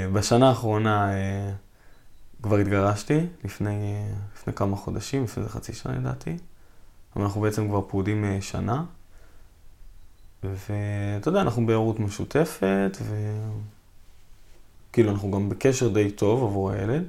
בשנה האחרונה כבר התגרשתי, לפני כמה חודשים, לפני חצי שנה לדעתי. אבל אנחנו בעצם כבר פרודים שנה. ואתה יודע, אנחנו בהורות משותפת, וכאילו אנחנו גם בקשר די טוב עבור הילד.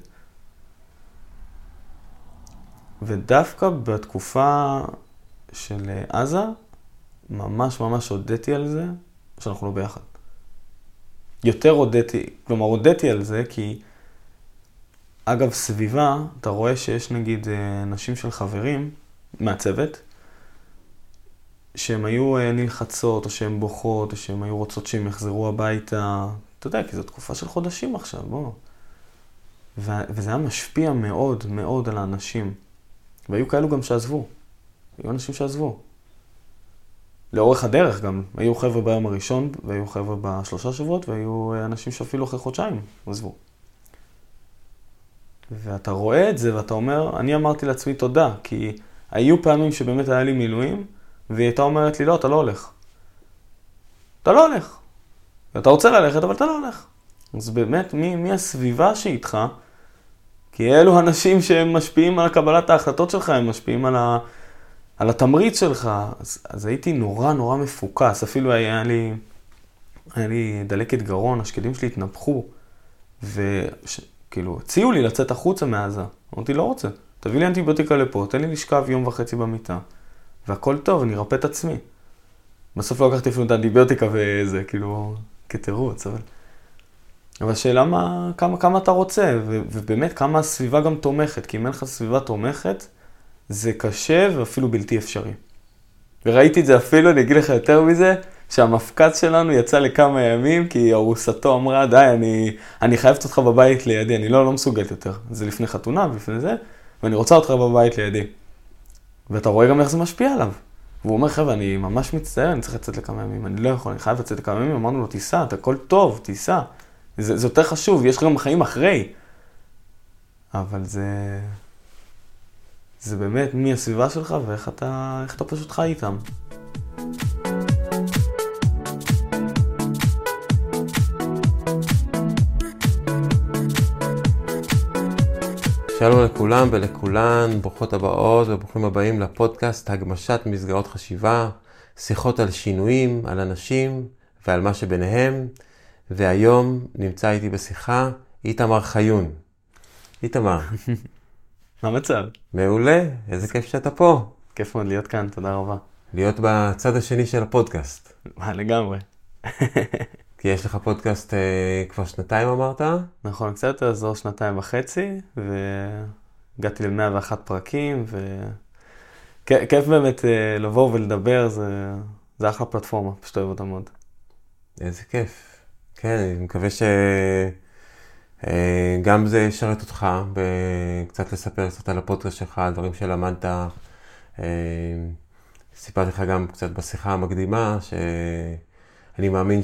ודווקא בתקופה של עזה, ממש הודיתי על זה, שאנחנו לא ביחד. יותר הודיתי על זה, כי אגב סביבה, אתה רואה שיש נגיד נשים של חברים מהצוות, שהן היו נלחצות, או שהן בוכות, או שהן היו רוצות שהן יחזרו הביתה. אתה יודע, כי זו תקופה של חודשים עכשיו, בוא. וזה היה משפיע מאוד על האנשים. והיו כאלו גם שעזבו. היו אנשים שעזבו. לאורך הדרך גם. היו חבר'ה ביום הראשון, והיו חבר'ה בשלושה שבועות, והיו אנשים שאפילו אחרי חודשיים עזבו. ואתה רואה את זה, ואתה אומר, אני אמרתי לעצמי תודה, כי היו פעמים שבאמת היה לי מילואים, והיא הייתה אומרת לי, לא, אתה לא הולך. אתה לא הולך. אתה רוצה ללכת, אבל אתה לא הולך. אז באמת, מי הסביבה שאיתך? כי אלו אנשים שהם משפיעים על קבלת ההחלטות שלך, הם משפיעים על התמריץ שלך. אז הייתי נורא מפוקס. אפילו היה לי דלקת גרון, השקדים שלי התנפחו, וכאילו, הציעו לי לצאת החוצה מעזה. אמרתי, לא רוצה. תביא לי אנטיביוטיקה לפה, תן לי לשכב יום וחצי במיטה. והכל טוב, אני ארפא את עצמי. בסוף לא לקחתי אפילו את האנטיביוטיקה וזה, כאילו, כתירוץ, אבל השאלה כמה אתה רוצה, ובאמת כמה הסביבה גם תומכת, כי אם אין לך סביבה תומכת, זה קשה ואפילו בלתי אפשרי. וראיתי את זה אפילו, אני אגיד לך יותר מזה, שהמפקד שלנו יצא לכמה ימים, כי ארוסתו אמרה, די, אני חייבת אותך בבית לידי, אני לא מסוגלת יותר. זה לפני חתונה ולפני זה, ואני רוצה אותך בבית לידי. ואתה רואה גם איך זה משפיע עליו. והוא אומר, חבר'ה, אני ממש מצטער, אני צריך לצאת לכמה ימים, אני לא יכול, אני חייב לצאת לכמה ימים, אמרנו לו, תיסע, אתה הכל טוב, תיסע. זה יותר חשוב, יש לך גם חיים אחרי. אבל זה באמת מי הסביבה שלך ואיך אתה פשוט חי איתם. שלום לכולם ולכולן, ברוכות הבאות וברוכים הבאים לפודקאסט הגמשת מסגרות חשיבה, שיחות על שינויים, על אנשים ועל מה שביניהם. והיום נמצא איתי בשיחה איתמר חיון. איתמר. מה המצב? מעולה, איזה כיף שאתה פה. כיף מאוד להיות כאן, תודה רבה. להיות בצד השני של הפודקאסט. לגמרי. כי יש לך פודקאסט כבר שנתיים אמרת? נכון, קצת יותר, זו 2.5 והגעתי ל101 פרקים, וכיף באמת לבוא ולדבר, זה אחלה פלטפורמה, פשוט אוהב אותה מאוד. איזה כיף. כן, אני מקווה שגם זה ישרת אותך, קצת לספר קצת על הפודקאסט שלך, דברים שלמדת. סיפרתי לך גם קצת בשיחה המקדימה, שאני מאמין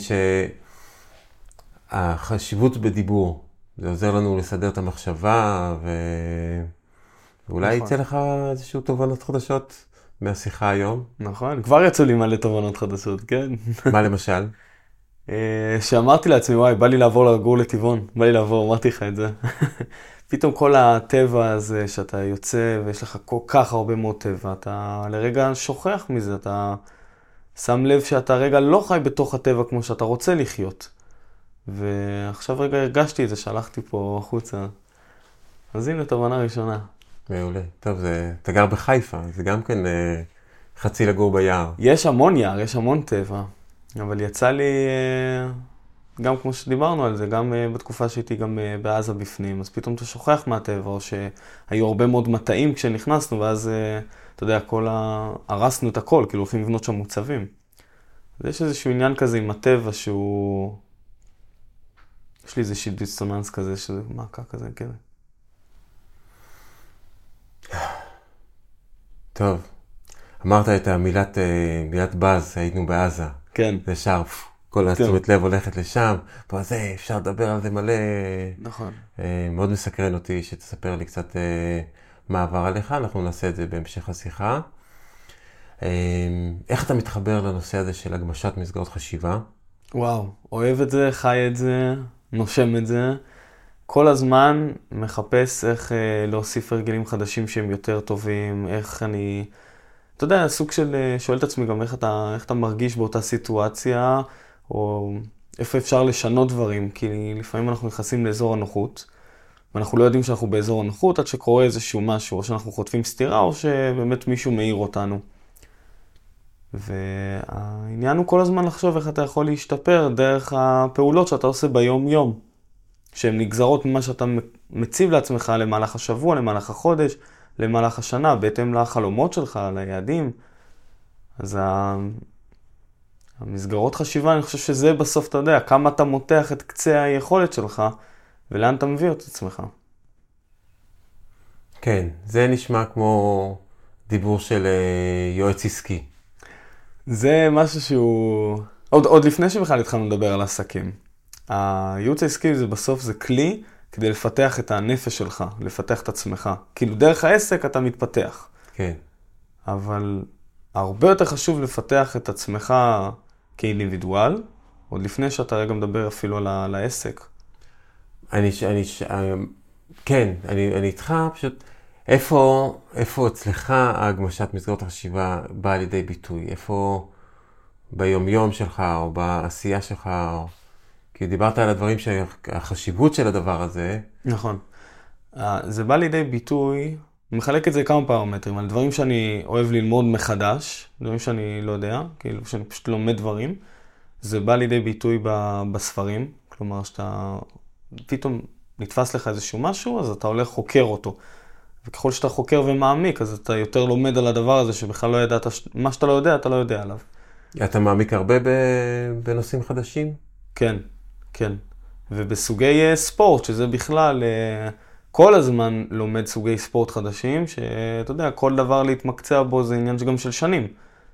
שהחשיבות בדיבור, זה עוזר לנו לסדר את המחשבה, ואולי יצא לך איזשהו תובנות חדשות מהשיחה היום. נכון, כבר יצאו לי מלא תובנות חדשות, כן? מה למשל? שאמרתי לעצמי, וואי, בא לי לעבור לגור לטבעון, בא לי לעבור, אמרתי לך את זה. פתאום כל הטבע הזה שאתה יוצא ויש לך כל כך הרבה מאוד טבע, אתה לרגע שוכח מזה, אתה שם לב שאתה רגע לא חי בתוך הטבע כמו שאתה רוצה לחיות. ועכשיו רגע הרגשתי את זה, שלחתי פה החוצה. אז הנה, תובנה ראשונה. מעולה. טוב, אתה גר בחיפה, זה גם כן חצי לגור ביער. יש המון יער, יש המון טבע. אבל יצא לי, גם כמו שדיברנו על זה, גם בתקופה שהייתי גם בעזה בפנים, אז פתאום אתה שוכח מהטבע, או שהיו הרבה מאוד מטעים כשנכנסנו, ואז, אתה יודע, הרסנו את הכל, כאילו הולכים לבנות שם מוצבים. אז יש איזשהו עניין כזה עם הטבע שהוא... יש לי איזשהו דיסטוננס כזה, שזה מעקה כזה, כן. טוב, אמרת את מילת באז, היינו בעזה. כן. זה שר, כל התשומת לב הולכת לשם, פה זה, אפשר לדבר על זה מלא. נכון. מאוד מסקרן אותי שתספר לי קצת מה עבר עליך, אנחנו נעשה את זה בהמשך השיחה. איך אתה מתחבר לנושא הזה של הגמשת מסגרות חשיבה? וואו, אוהב את זה, חי את זה, נושם את זה. כל הזמן מחפש איך להוסיף הרגלים חדשים שהם יותר טובים, איך אני... אתה יודע, סוג של שואל את עצמי גם איך אתה מרגיש באותה סיטואציה, או איפה אפשר לשנות דברים, כי לפעמים אנחנו נכנסים לאזור הנוחות, ואנחנו לא יודעים שאנחנו באזור הנוחות עד שקורה איזשהו משהו, או שאנחנו חוטפים סתירה, או שבאמת מישהו מעיר אותנו. והעניין הוא כל הזמן לחשוב איך אתה יכול להשתפר דרך הפעולות שאתה עושה ביום-יום, שהן נגזרות ממה שאתה מציב לעצמך למהלך השבוע, למהלך החודש, למהלך השנה, בהתאם לחלומות שלך, ליעדים. אז המסגרות חשיבה, אני חושב שזה בסוף, אתה יודע, כמה אתה מותח את קצה היכולת שלך, ולאן אתה מביא את עצמך. כן, זה נשמע כמו דיבור של יועץ עסקי. זה משהו שהוא... עוד לפני שבכלל התחלנו לדבר על עסקים. הייעוץ העסקי זה בסוף זה כלי כדי לפתח את הנפש שלך, לפתח את עצמך. כאילו דרך העסק אתה מתפתח. כן. אבל הרבה יותר חשוב לפתח את עצמך כאינדיבידואל, עוד לפני שאתה רגע מדבר אפילו על העסק. כן, אני איתך, פשוט, איפה אצלך ההגמשת מסגרות החשיבה באה לידי ביטוי? איפה ביומיום שלך או בעשייה שלך? כי דיברת על הדברים שהחשיבות של הדבר הזה. נכון. זה בא לידי ביטוי, אני מחלק את זה כמה פרמטרים, על דברים שאני אוהב ללמוד מחדש, דברים שאני לא יודע, כאילו שאני פשוט לומד דברים. זה בא לידי ביטוי בספרים, כלומר שאתה פתאום נתפס לך איזשהו משהו, אז אתה הולך חוקר אותו. וככל שאתה חוקר ומעמיק, אז אתה יותר לומד על הדבר הזה שבכלל לא ידעת, מה שאתה לא יודע, אתה לא יודע עליו. אתה מעמיק הרבה בנושאים חדשים? כן, כן. ובסוגי ספורט, שזה בכלל כל הזמן לומד סוגי ספורט חדשים, שאתה יודע, כל דבר להתמקצע בו זה עניין גם של שנים.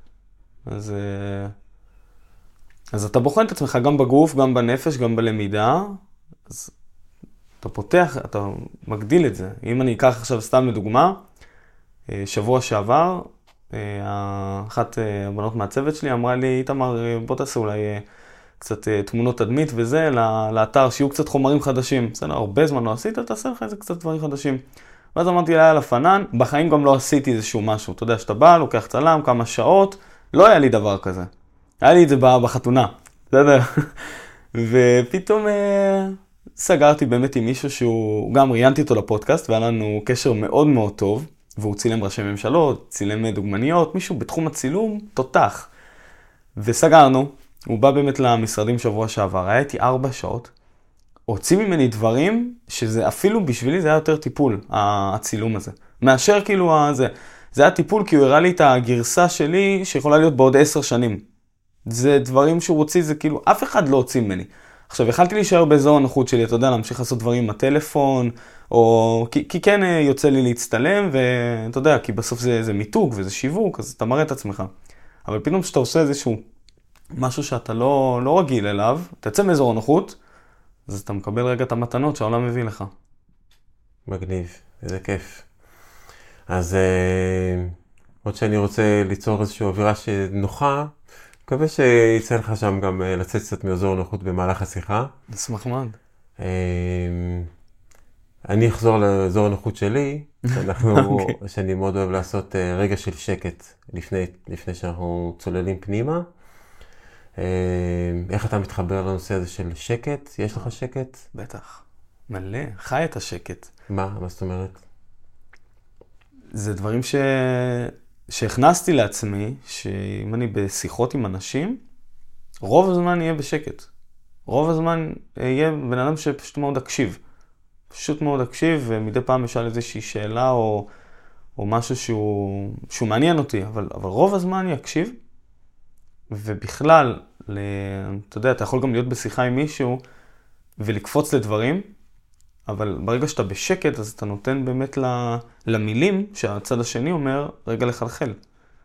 אז אתה בוחן את עצמך גם בגוף, גם בנפש, גם בלמידה, אז אתה פותח, אתה מגדיל את זה. אם אני אקח עכשיו סתם לדוגמה, שבוע שעבר, אחת הבנות מהצוות שלי אמרה לי, איתמר, בוא תעשה אולי קצת תמונות תדמית וזה, לאתר, שיהיו קצת חומרים חדשים. בסדר, הרבה זמן לא עשית, תעשה לך איזה קצת דברים חדשים. ואז אמרתי לה, על הפנן, בחיים גם לא עשיתי איזשהו משהו. אתה יודע, שאתה בא, לוקח צלם, כמה שעות, לא היה לי דבר כזה. היה לי את זה בחתונה, בסדר? ופתאום סגרתי באמת עם מישהו שהוא, גם ראיינתי אותו לפודקאסט, והיה לנו קשר מאוד מאוד טוב, והוא צילם ראשי ממשלות, צילם דוגמניות, מישהו בתחום הצילום, תותח. וסגרנו, הוא בא באמת למשרדים שבוע שעבר, היה איתי 4 שעות, הוציא ממני דברים שזה אפילו בשבילי זה היה יותר טיפול, הצילום הזה. מאשר כאילו זה היה טיפול כי הוא הראה לי את הגרסה שלי שיכולה להיות בעוד 10 שנים. זה דברים שהוא הוציא, זה כאילו אף אחד לא הוציא ממני. עכשיו, יכלתי להישאר באזור הנוחות שלי, אתה יודע, להמשיך לעשות דברים עם הטלפון, או כי כן יוצא לי להצטלם, ואתה יודע, כי בסוף זה מיתוג וזה שיווק, אז אתה מראה את עצמך. אבל פתאום שאתה עושה איזשהו משהו שאתה לא רגיל אליו, אתה יוצא מאזור הנוחות, אז אתה מקבל רגע את המתנות שהעולם מביא לך. מגניב, איזה כיף. אז עוד שאני רוצה ליצור איזושהי אווירה שנוחה, מקווה שיצא לך שם גם לצאת קצת מאזור הנוחות במהלך השיחה. נשמח מאוד. אני אחזור לאזור הנוחות שלי, שאני מאוד אוהב לעשות רגע של שקט לפני שאנחנו צוללים פנימה. איך אתה מתחבר לנושא הזה של שקט? יש לך שקט? בטח. מלא. חי את השקט. מה זאת אומרת? זה דברים שהכנסתי לעצמי, שאם אני בשיחות עם אנשים, רוב הזמן יהיה בשקט. רוב הזמן יהיה בן אדם שפשוט מאוד אקשיב. פשוט מאוד אקשיב, ומדי פעם ישאל איזושהי שאלה או משהו שהוא מעניין אותי, אבל רוב הזמן יקשיב. ובכלל, אתה יודע, אתה יכול גם להיות בשיחה עם מישהו ולקפוץ לדברים, אבל ברגע שאתה בשקט, אז אתה נותן באמת למילים שהצד השני אומר, רגע לחלחל.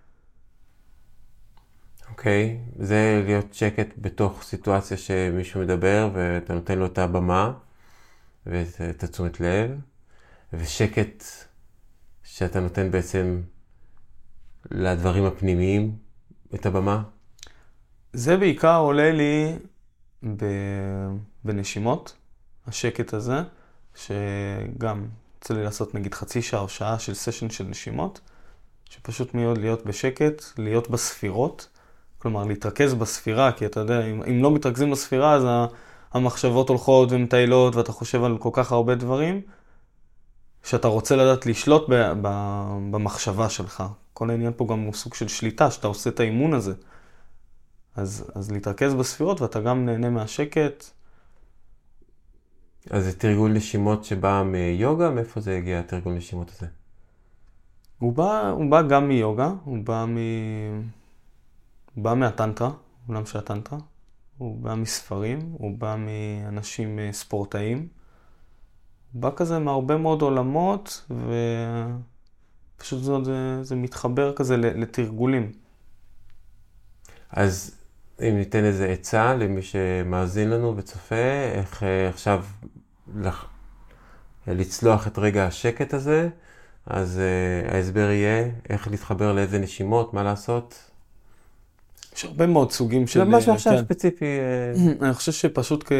אוקיי, זה להיות שקט בתוך סיטואציה שמישהו מדבר, ואתה נותן לו את הבמה, ואת תשומת לב, ושקט שאתה נותן בעצם לדברים הפנימיים את הבמה. זה בעיקר עולה לי בנשימות. השקט הזה, שגם יוצא לי לעשות נגיד חצי שעה או שעה של סשן של נשימות, שפשוט מאוד להיות בשקט, להיות בספירות, כלומר להתרכז בספירה, כי אתה יודע, אם לא מתרכזים בספירה, אז המחשבות הולכות ומטיילות, ואתה חושב על כל כך הרבה דברים, שאתה רוצה לדעת לשלוט במחשבה שלך. כל העניין פה גם הוא סוג של שליטה, שאתה עושה את האימון הזה. אז להתרכז בספירות, ואתה גם נהנה מהשקט. אז זה תרגול נשימות שבא מיוגה? מאיפה זה הגיע, התרגול נשימות הזה? הוא בא גם מיוגה, הוא בא מהטנטרה, עולם של הטנטרה. הוא בא מספרים, הוא בא מאנשים ספורטאים. הוא בא כזה מהרבה מאוד עולמות, ופשוט זה מתחבר כזה לתרגולים. אז אם ניתן איזה עצה למי שמאזין לנו וצופה, איך עכשיו לצלוח את רגע השקט הזה, אז ההסבר יהיה איך להתחבר לאיזה נשימות, מה לעשות. יש הרבה מאוד סוגים של... זה משהו עכשיו ספציפי. אני חושב שפשוט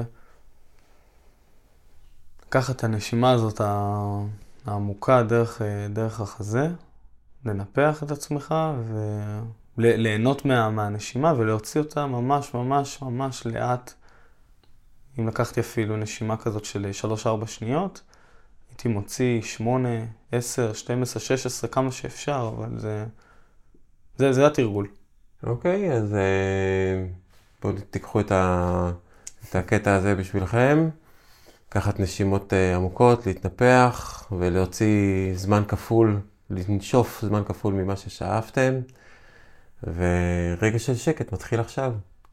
לקחת את הנשימה הזאת העמוקה דרך החזה, לנפח את עצמך וליהנות מהנשימה ולהוציא אותה ממש ממש ממש לאט. אם לקחתי אפילו נשימה כזאת של 3-4 שניות, הייתי מוציא 8, 10, 12, 16, כמה שאפשר, אבל זה התרגול. אוקיי, אז בואו תיקחו את הקטע הזה בשבילכם. לקחת נשימות עמוקות, להתנפח ולהוציא זמן כפול, לנשוף זמן כפול ממה ששאפתם. ורגע של שקט מתחיל עכשיו.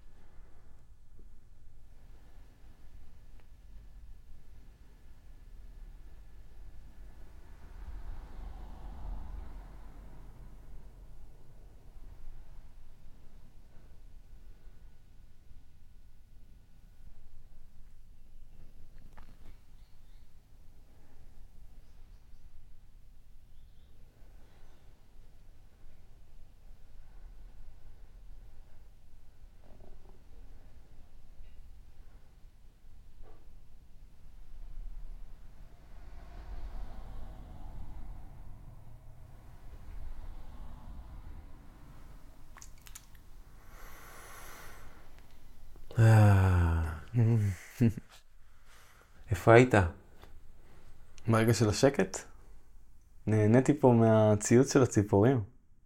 איפה היית? ברגע של השקט, נהניתי פה מהציוץ של הציפורים.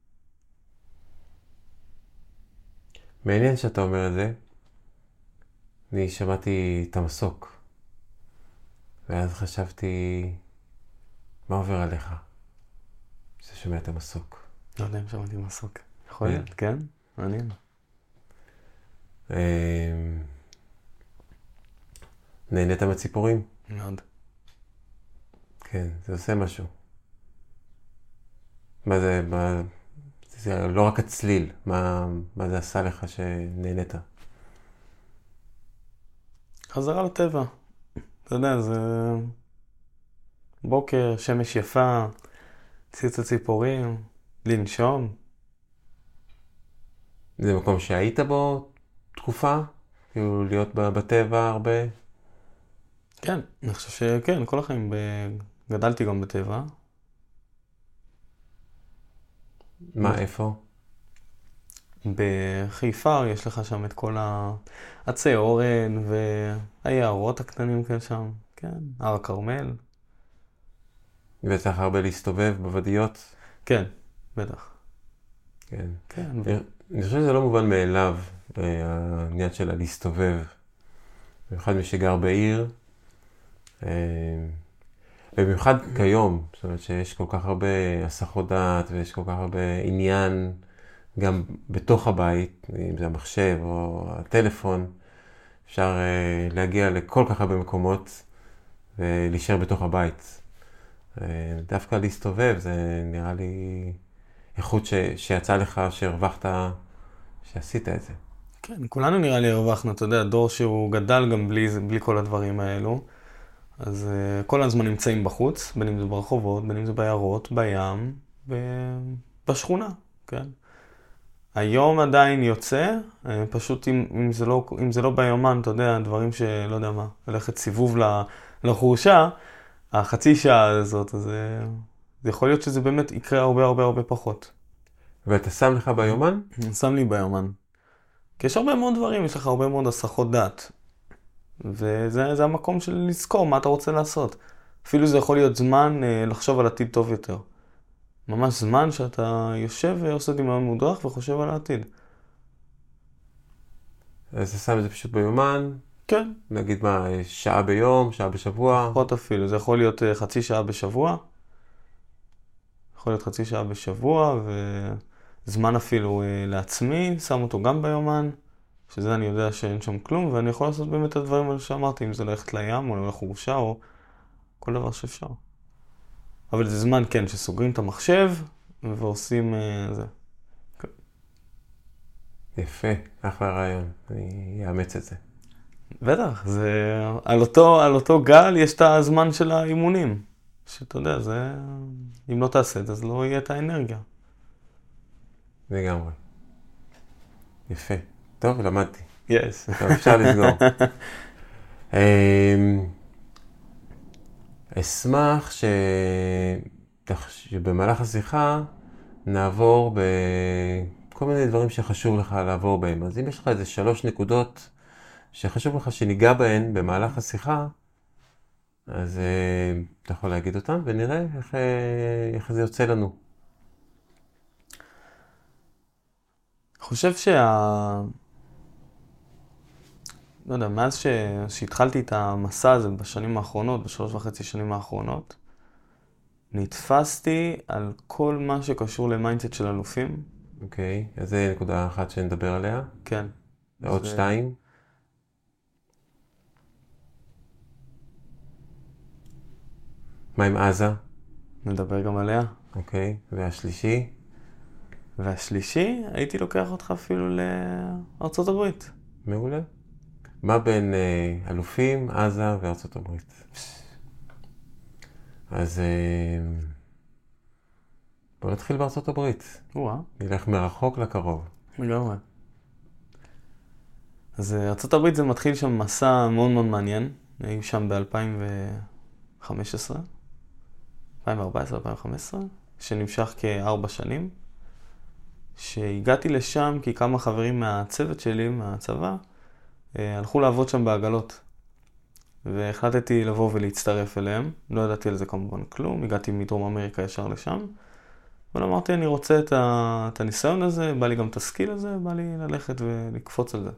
מעניין שאתה אומר את זה. אני שמעתי את המסוק. ואז חשבתי, מה עובר עליך? שאתה שומע את המסוק. לא יודע אם שמעתי מסוק. יכול להיות, כן? מעניין. נהנית מהציפורים? מאוד. כן, זה עושה משהו. מה זה, זה לא רק הצליל, מה זה עשה לך שנהנית? חזרה לטבע. אתה יודע, זה בוקר, שמש יפה, ציוץ הציפורים, לנשום. זה מקום שהיית בו תקופה? כאילו להיות בטבע הרבה? כן, אני חושב שכן, כל החיים גדלתי גם בטבע. מה, איפה? בחיפה יש לך שם את כל העצי אורן והיערות הקטנים כאלה שם. כן, הר הכרמל. וצריך הרבה להסתובב בוודיות? כן, בטח. כן. כן. אני חושב שזה לא מובן מאליו, העניין שלה להסתובב. במיוחד מי שגר בעיר. ובמיוחד כיום, זאת אומרת שיש כל כך הרבה הסחות דעת ויש כל כך הרבה עניין גם בתוך הבית, אם זה המחשב או הטלפון, אפשר להגיע לכל כך הרבה מקומות ולהישאר בתוך הבית. דווקא להסתובב, זה נראה לי איכות שיצא לך, שהרווחת, שעשית את זה. כן, כולנו נראה לי הרווחנו, אתה יודע, דור שהוא גדל גם בלי כל הדברים האלו. אז כל הזמן נמצאים בחוץ, בין אם זה ברחובות, בין אם זה ביערות, בים, בשכונה, כן? היום עדיין יוצא, פשוט אם זה לא ביומן, אתה יודע, דברים שלא יודע מה, ללכת סיבוב לחורשה, החצי שעה הזאת, אז זה יכול להיות שזה באמת יקרה הרבה הרבה הרבה פחות. ואתה שם לך ביומן? שם לי ביומן. כי יש הרבה מאוד דברים, יש לך הרבה מאוד הסחות דעת. וזה המקום של לזכור מה אתה רוצה לעשות. אפילו זה יכול להיות זמן לחשוב על עתיד טוב יותר. ממש זמן שאתה יושב ועושה דמיון מודרך וחושב על העתיד. אז אתה שם את זה פשוט ביומן? כן. נגיד מה, שעה ביום, שעה בשבוע? פחות אפילו, זה יכול להיות חצי שעה בשבוע. יכול להיות חצי שעה בשבוע, וזמן אפילו לעצמי, שם אותו גם ביומן, שזה אני יודע שאין שם כלום, ואני יכול לעשות באמת את הדברים האלה שאמרתי, אם זה ללכת לים או לחורשה או כל דבר שאפשר. אבל זה זמן, כן, שסוגרים את המחשב ועושים זה. כן. יפה, אחלה רעיון, אני אאמץ את זה. בטח, זה על אותו גל יש את הזמן של האימונים. שאתה יודע, זה אם לא תעשה את זה, אז לא יהיה את האנרגיה. לגמרי. יפה. טוב, למדתי. יש. טוב, אפשר לסגור. אשמח שבמהלך השיחה נעבור בכל מיני דברים שחשוב לך לעבור בהם. אז אם יש לך איזה 3 נקודות שחשוב לך שניגע בהן במהלך השיחה, אז אתה יכול להגיד אותם ונראה איך זה יוצא לנו. אני חושב לא יודע, מאז שהתחלתי את המסע הזה בשנים האחרונות, ב3.5 שנים האחרונות, נתפסתי על כל מה שקשור למיינדסט של אלופים. אוקיי, אז זה נקודה אחת שנדבר עליה. כן. עוד 2. מה עם עזה? נדבר גם עליה. אוקיי, והשלישי? והשלישי, הייתי לוקח אותך אפילו לארצות הברית. מעולה. מה בין אלופים, עזה וארצות הברית? אז בוא נתחיל בארצות הברית. נלך מרחוק לקרוב. לגמרי. אז ארצות הברית זה מתחיל שם מסע מאוד מאוד מעניין. היינו שם ב-2015, 2014-2015, שנמשך כ4 שנים. שהגעתי לשם כי כמה חברים מהצוות שלי, מהצבא, הלכו לעבוד שם בעגלות. והחלטתי לבוא ולהצטרף אליהם. לא ידעתי על זה כמובן כלום. הגעתי מדרום אמריקה ישר לשם. אבל אמרתי, אני רוצה את הניסיון הזה, בא לי גם את הסקיל הזה, בא לי ללכת ולקפוץ על זה.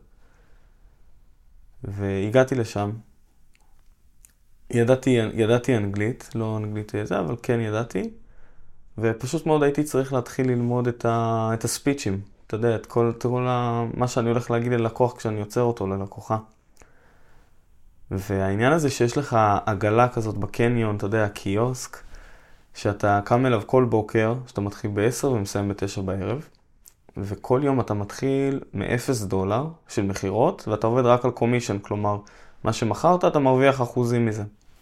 והגעתי לשם. ידעתי אנגלית, לא אנגלית זה, אבל כן ידעתי. ופשוט מאוד הייתי צריך להתחיל ללמוד את הספיצ'ים. אתה יודע, את כל מה שאני הולך להגיד ללקוח כשאני יוצר אותו ללקוחה. והעניין הזה שיש לך עגלה כזאת בקניון, אתה יודע, קיוסק, שאתה קם אליו כל בוקר, שאתה מתחיל ב-10 ומסיים ב-9 בערב, וכל יום אתה מתחיל $0 של מחירות, ואתה עובד רק על קומישן, כלומר, מה שמכרת אתה מרוויח אחוזים מזה.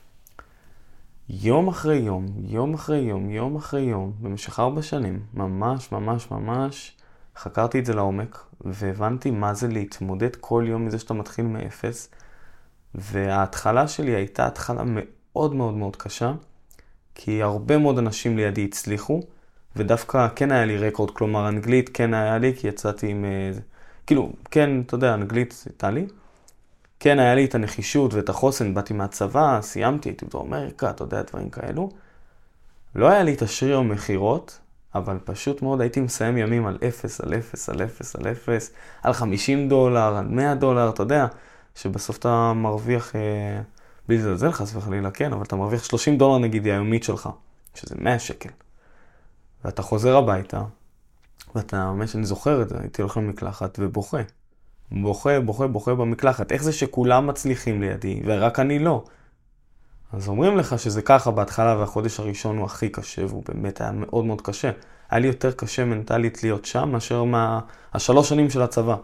יום אחרי יום, יום אחרי יום, יום אחרי יום, במשך 4 שנים, ממש ממש ממש, חקרתי את זה לעומק, והבנתי מה זה להתמודד כל יום מזה שאתה מתחיל מ-0, וההתחלה שלי הייתה התחלה מאוד מאוד מאוד קשה, כי הרבה מאוד אנשים לידי הצליחו, ודווקא כן היה לי רקורד, כלומר אנגלית כן היה לי, כי יצאתי עם, כאילו, כן, אתה יודע, אנגלית הייתה לי, כן היה לי את הנחישות ואת החוסן, באתי מהצבא, סיימתי, הייתי בדרום אמריקה, אתה יודע, דברים כאלו. לא היה לי את השריר המחירות, אבל פשוט מאוד הייתי מסיים ימים על 0, על 0, על 0, על 0, על $50, על $100, אתה יודע, שבסוף אתה מרוויח, בלי לזלזל חס וחלילה, כן, אבל אתה מרוויח $30 נגיד היומית שלך, שזה 100 שקל. ואתה חוזר הביתה, ואתה, ממש אני זוכר את זה, הייתי הולך למקלחת ובוכה. בוכה במקלחת. איך זה שכולם מצליחים לידי, ורק אני לא? אז אומרים לך שזה ככה בהתחלה, והחודש הראשון הוא הכי קשה, והוא באמת היה מאוד מאוד קשה. היה לי יותר קשה מנטלית להיות שם, מאשר 3 שנים של הצבא.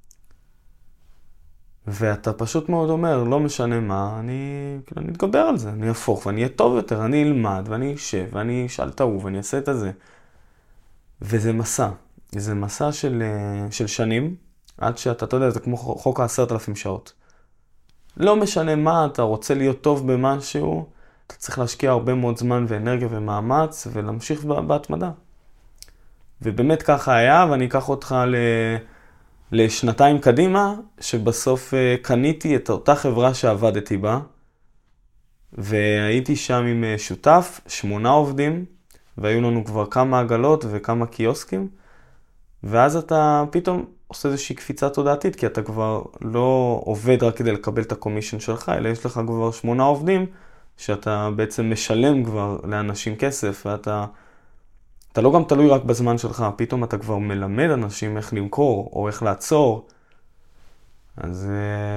ואתה פשוט מאוד אומר, לא משנה מה, אני אתגבר על זה, אני אפוך, ואני אהיה טוב יותר, אני אלמד, ואני אשב, ואני אשאל את ההוא, ואני אעשה את זה. וזה מסע. זה מסע של שנים, עד שאתה, אתה יודע, זה כמו חוק 10,000 שעות. לא משנה מה, אתה רוצה להיות טוב במשהו, אתה צריך להשקיע הרבה מאוד זמן ואנרגיה ומאמץ, ולהמשיך בהתמדה. ובאמת ככה היה, ואני אקח אותך לשנתיים קדימה, שבסוף קניתי את אותה חברה שעבדתי בה, והייתי שם עם שותף, 8 עובדים, והיו לנו כבר כמה עגלות וכמה קיוסקים, ואז אתה פתאום עושה איזושהי קפיצה תודעתית, כי אתה כבר לא עובד רק כדי לקבל את הקומישן שלך, אלא יש לך כבר 8 עובדים, שאתה בעצם משלם כבר לאנשים כסף, ואתה לא גם תלוי רק בזמן שלך, פתאום אתה כבר מלמד אנשים איך למכור, או איך לעצור. אז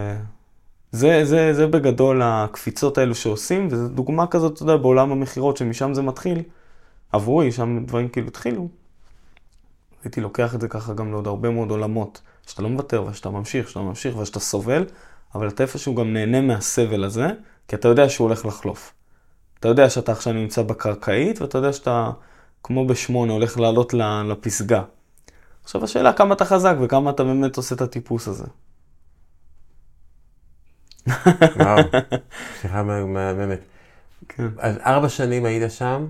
זה בגדול הקפיצות האלו שעושים, וזו דוגמה כזאת, אתה יודע, בעולם המחירות, שמשם זה מתחיל. עבורי, שם דברים כאילו התחילו. הייתי לוקח את זה ככה גם לעוד הרבה מאוד עולמות, שאתה לא מוותר, ושאתה ממשיך, ושאתה סובל, אבל אתה איפשהו גם נהנה מהסבל הזה, כי אתה יודע שהוא הולך לחלוף. אתה יודע שאתה עכשיו נמצא בקרקעית, ואתה יודע שאתה, כמו ב8, הולך לעלות לפסגה. עכשיו השאלה, כמה אתה חזק, וכמה אתה באמת עושה את הטיפוס הזה. וואו, שיחה באמת. כן. אז 4 שנים היית שם,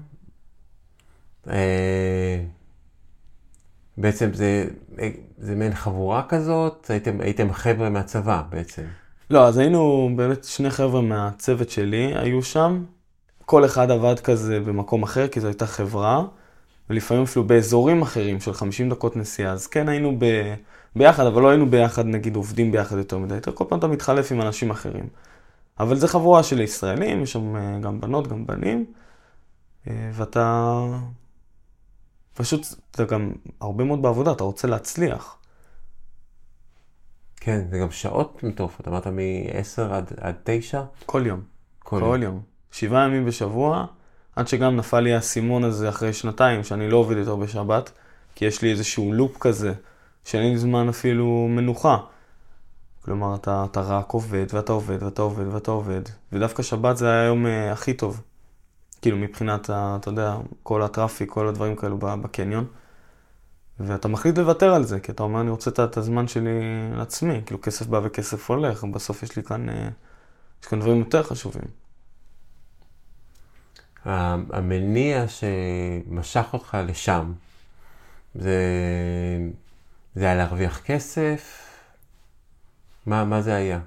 בעצם זה מעין חבורה כזאת, הייתם חבר'ה מהצבא בעצם. לא, אז היינו באמת 2 חבר'ה מהצוות שלי, היו שם. כל אחד עבד כזה במקום אחר, כי זו הייתה חברה, ולפעמים אפילו באזורים אחרים של 50 דקות נסיעה. אז כן היינו ביחד, אבל לא היינו ביחד, נגיד עובדים ביחד יותר מדי. כל פעם אתה מתחלף עם אנשים אחרים. אבל זה חבורה של ישראלים, יש שם גם בנות, גם בנים, ואתה פשוט, אתה גם הרבה מאוד בעבודה, אתה רוצה להצליח. כן, זה גם שעות מטורפות, אמרת מ-10 עד 9? כל יום. כל יום. 7 ימים בשבוע, עד שגם נפל לי הסימון הזה אחרי 2 שאני לא עובד יותר בשבת, כי יש לי איזשהו לופ כזה, שאין לי זמן אפילו מנוחה. כלומר, אתה רק עובד, ואתה עובד, ואתה עובד, ואתה עובד. ודווקא שבת זה היה היום הכי טוב. כאילו מבחינת, אתה יודע, כל הטראפיק, כל הדברים כאלו בקניון. ואתה מחליט לוותר על זה, כי אתה אומר, אני רוצה את הזמן שלי לעצמי. כאילו כסף בא וכסף הולך, בסוף יש לי כאן, יש כאן דברים יותר חשובים. המניע שמשך אותך לשם, זה היה להרוויח כסף? מה זה היה?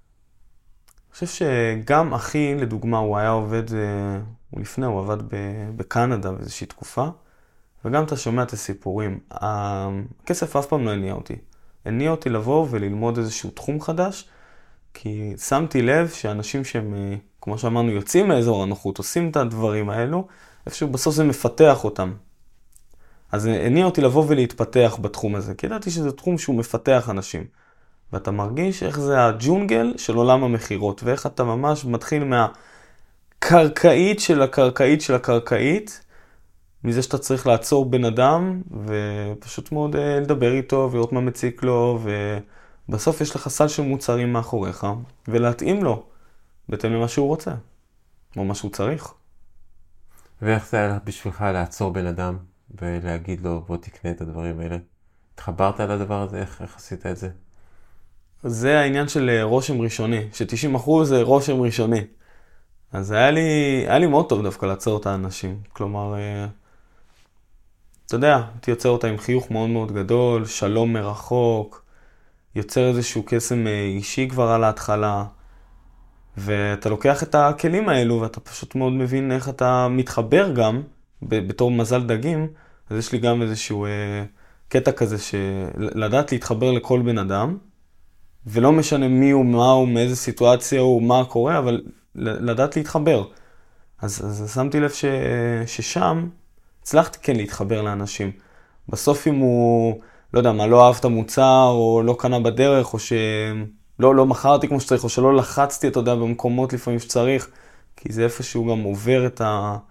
אני חושב שגם אחי, לדוגמה, הוא היה עובד, הוא עבד בקנדה באיזושהי תקופה, וגם אתה שומע את הסיפורים. הכסף אף פעם לא הניע אותי. הניע אותי לבוא וללמוד איזשהו תחום חדש, כי שמתי לב שאנשים שהם, כמו שאמרנו, יוצאים מאזור הנוחות, עושים את הדברים האלו, איפשהו בסוף זה מפתח אותם. אז הניע אותי לבוא ולהתפתח בתחום הזה, כי ידעתי שזה תחום שהוא מפתח אנשים. ואתה מרגיש איך זה הג'ונגל של עולם המחירות, ואיך אתה ממש מתחיל מהקרקעית של הקרקעית של הקרקעית, מזה שאתה צריך לעצור בן אדם, ופשוט מאוד לדבר איתו, ולראות מה מציק לו, ובסוף יש לך סל של מוצרים מאחוריך, ולהתאים לו, בהתאם למה שהוא רוצה, או מה שהוא צריך. ואיך זה היה בשבילך לעצור בן אדם, ולהגיד לו, בוא תקנה את הדברים האלה? התחברת על הדבר הזה? איך עשית את זה? זה העניין של רושם ראשוני, ש90% זה רושם ראשוני. אז היה לי מאוד טוב דווקא לעצור את האנשים. כלומר, אתה יודע, הייתי יוצר אותה עם חיוך מאוד מאוד גדול, שלום מרחוק, יוצר איזשהו קסם אישי כבר על ההתחלה, ואתה לוקח את הכלים האלו, ואתה פשוט מאוד מבין איך אתה מתחבר גם, בתור מזל דגים, אז יש לי גם איזשהו קטע כזה, לדעת להתחבר לכל בן אדם, ולא משנה מי הוא, מה הוא, מאיזה סיטואציה הוא, מה קורה, אבל לדעת להתחבר. אז שמתי לב ששם הצלחתי כן להתחבר לאנשים. בסוף אם הוא, לא יודע מה, לא אהב את המוצר, או לא קנה בדרך, או שלא מכרתי כמו שצריך, או שלא לחצתי, אתה יודע, במקומות לפעמים שצריך, כי זה איפשהו גם עובר את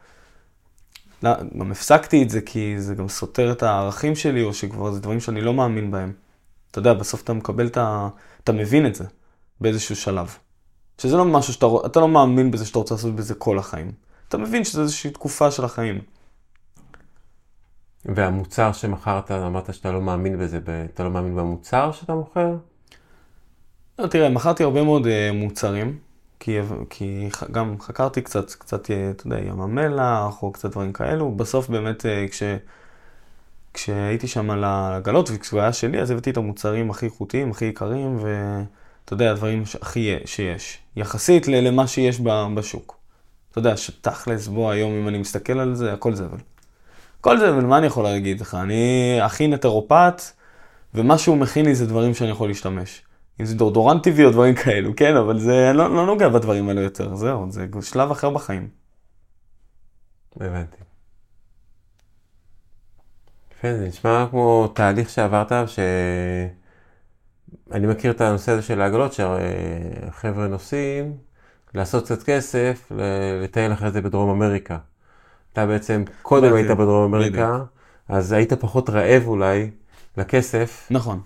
גם הפסקתי את זה, כי זה גם סותר את הערכים שלי, או שכבר זה דברים שאני לא מאמין בהם. אתה יודע, בסוף אתה מקבל אתה מבין את זה באיזשהו שלב. שזה לא משהו אתה לא מאמין בזה שאתה רוצה לעשות בזה כל החיים. אתה מבין שזה איזושהי תקופה של החיים. והמוצר שמכרת, אמרת שאתה לא מאמין בזה, אתה לא מאמין במוצר שאתה מוכר? לא, תראה, מכרתי הרבה מאוד מוצרים, כי גם חקרתי קצת, אתה יודע, ים המלח או קצת דברים כאלו. בסוף באמת, כשהייתי שם על העגלות וכשהוא היה שלי, אז הבאתי את המוצרים הכי איכותיים, הכי יקרים, ואתה יודע, הדברים הכי שיש, יחסית למה שיש בשוק. אתה יודע, שתכלס בו היום, אם אני מסתכל על זה, הכל זבל. הכל זבל, מה אני יכול להגיד לך? אני הכי נטרופט, ומה שהוא מכין לי זה דברים שאני יכול להשתמש. אם זה דורדורנט טבעי או דברים כאלו, כן? אבל זה לא נוגע בדברים האלו יותר. זהו, זה שלב אחר בחיים. הבנתי. יפה, זה נשמע כמו תהליך שעברת, אני מכיר את הנושא הזה של העגלות, שהחבר'ה נוסעים, לעשות קצת כסף, לטייל אחרי זה בדרום אמריקה. אתה בעצם קודם היית בדרום אמריקה, אז היית פחות רעב אולי לכסף. נכון.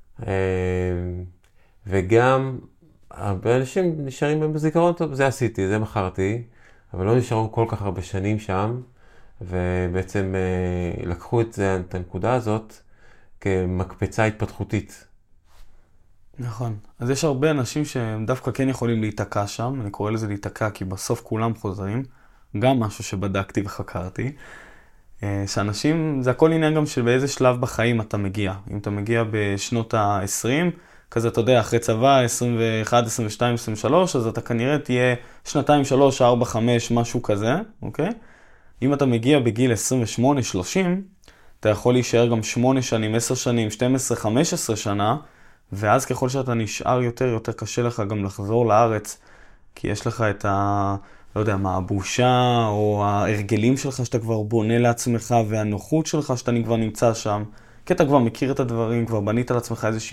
וגם הרבה אנשים נשארים בזיכרון טוב, זה עשיתי, זה מכרתי, אבל לא נשארו כל כך הרבה שנים שם, ובעצם לקחו את הנקודה הזאת כמקפצה התפתחותית. נכון. אז יש הרבה אנשים שהם דווקא כן יכולים להיתקע שם, אני קורא לזה להיתקע כי בסוף כולם חוזרים, גם משהו שבדקתי וחקרתי, שאנשים, זה הכל עניין גם של באיזה שלב בחיים אתה מגיע. אם אתה מגיע בשנות ה-20, כזה אתה יודע, אחרי צבא, 21, 22, 23, אז אתה כנראה תהיה 2, 3, 4, 5, משהו כזה, אוקיי? אם אתה מגיע בגיל 28, 30, אתה יכול להישאר גם 8 שנים, 10 שנים, 12, 15 שנה, ואז ככל שאתה נשאר יותר קשה לך גם לחזור לארץ, כי יש לך את לא יודע מה, הבושה, או ההרגלים שלך שאתה כבר בונה לעצמך, והנוחות שלך שאתה כבר נמצא שם, כי אתה כבר מכיר את הדברים, כבר בנית לעצמך איזושהי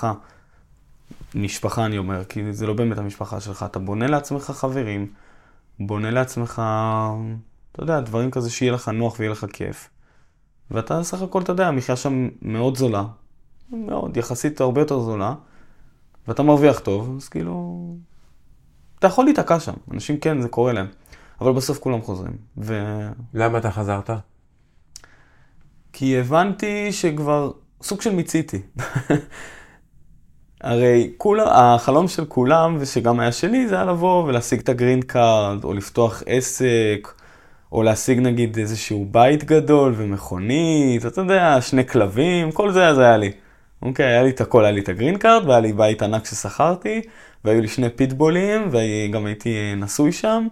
משפחה אני אומר, כי זה לא באמת המשפחה שלך, אתה בונה לעצמך חברים, בונה לעצמך, אתה יודע, דברים כזה שיהיה לך נוח ויהיה לך כיף. ואתה סך הכל, אתה יודע, המחיה שם מאוד זולה, מאוד, יחסית הרבה יותר זולה, ואתה מרוויח טוב, אז כאילו, אתה יכול להתעקע שם, אנשים כן, זה קורה להם, אבל בסוף כולם חוזרים. למה אתה חזרת? כי הבנתי שכבר סוג של מיציתי. הרי החלום של כולם, ושגם היה שלי, זה היה לבוא ולהשיג את הגרין קארד, או לפתוח עסק, או להשיג נגיד איזשהו בית גדול ומכונית, אתה יודע, 2 כלבים, כל זה היה לי. אוקיי, היה לי את הכל, היה לי את הגרין קארד, והיה לי בית ענק ששכרתי, והיו לי 2 פיטבולים, וגם הייתי נשוי שם.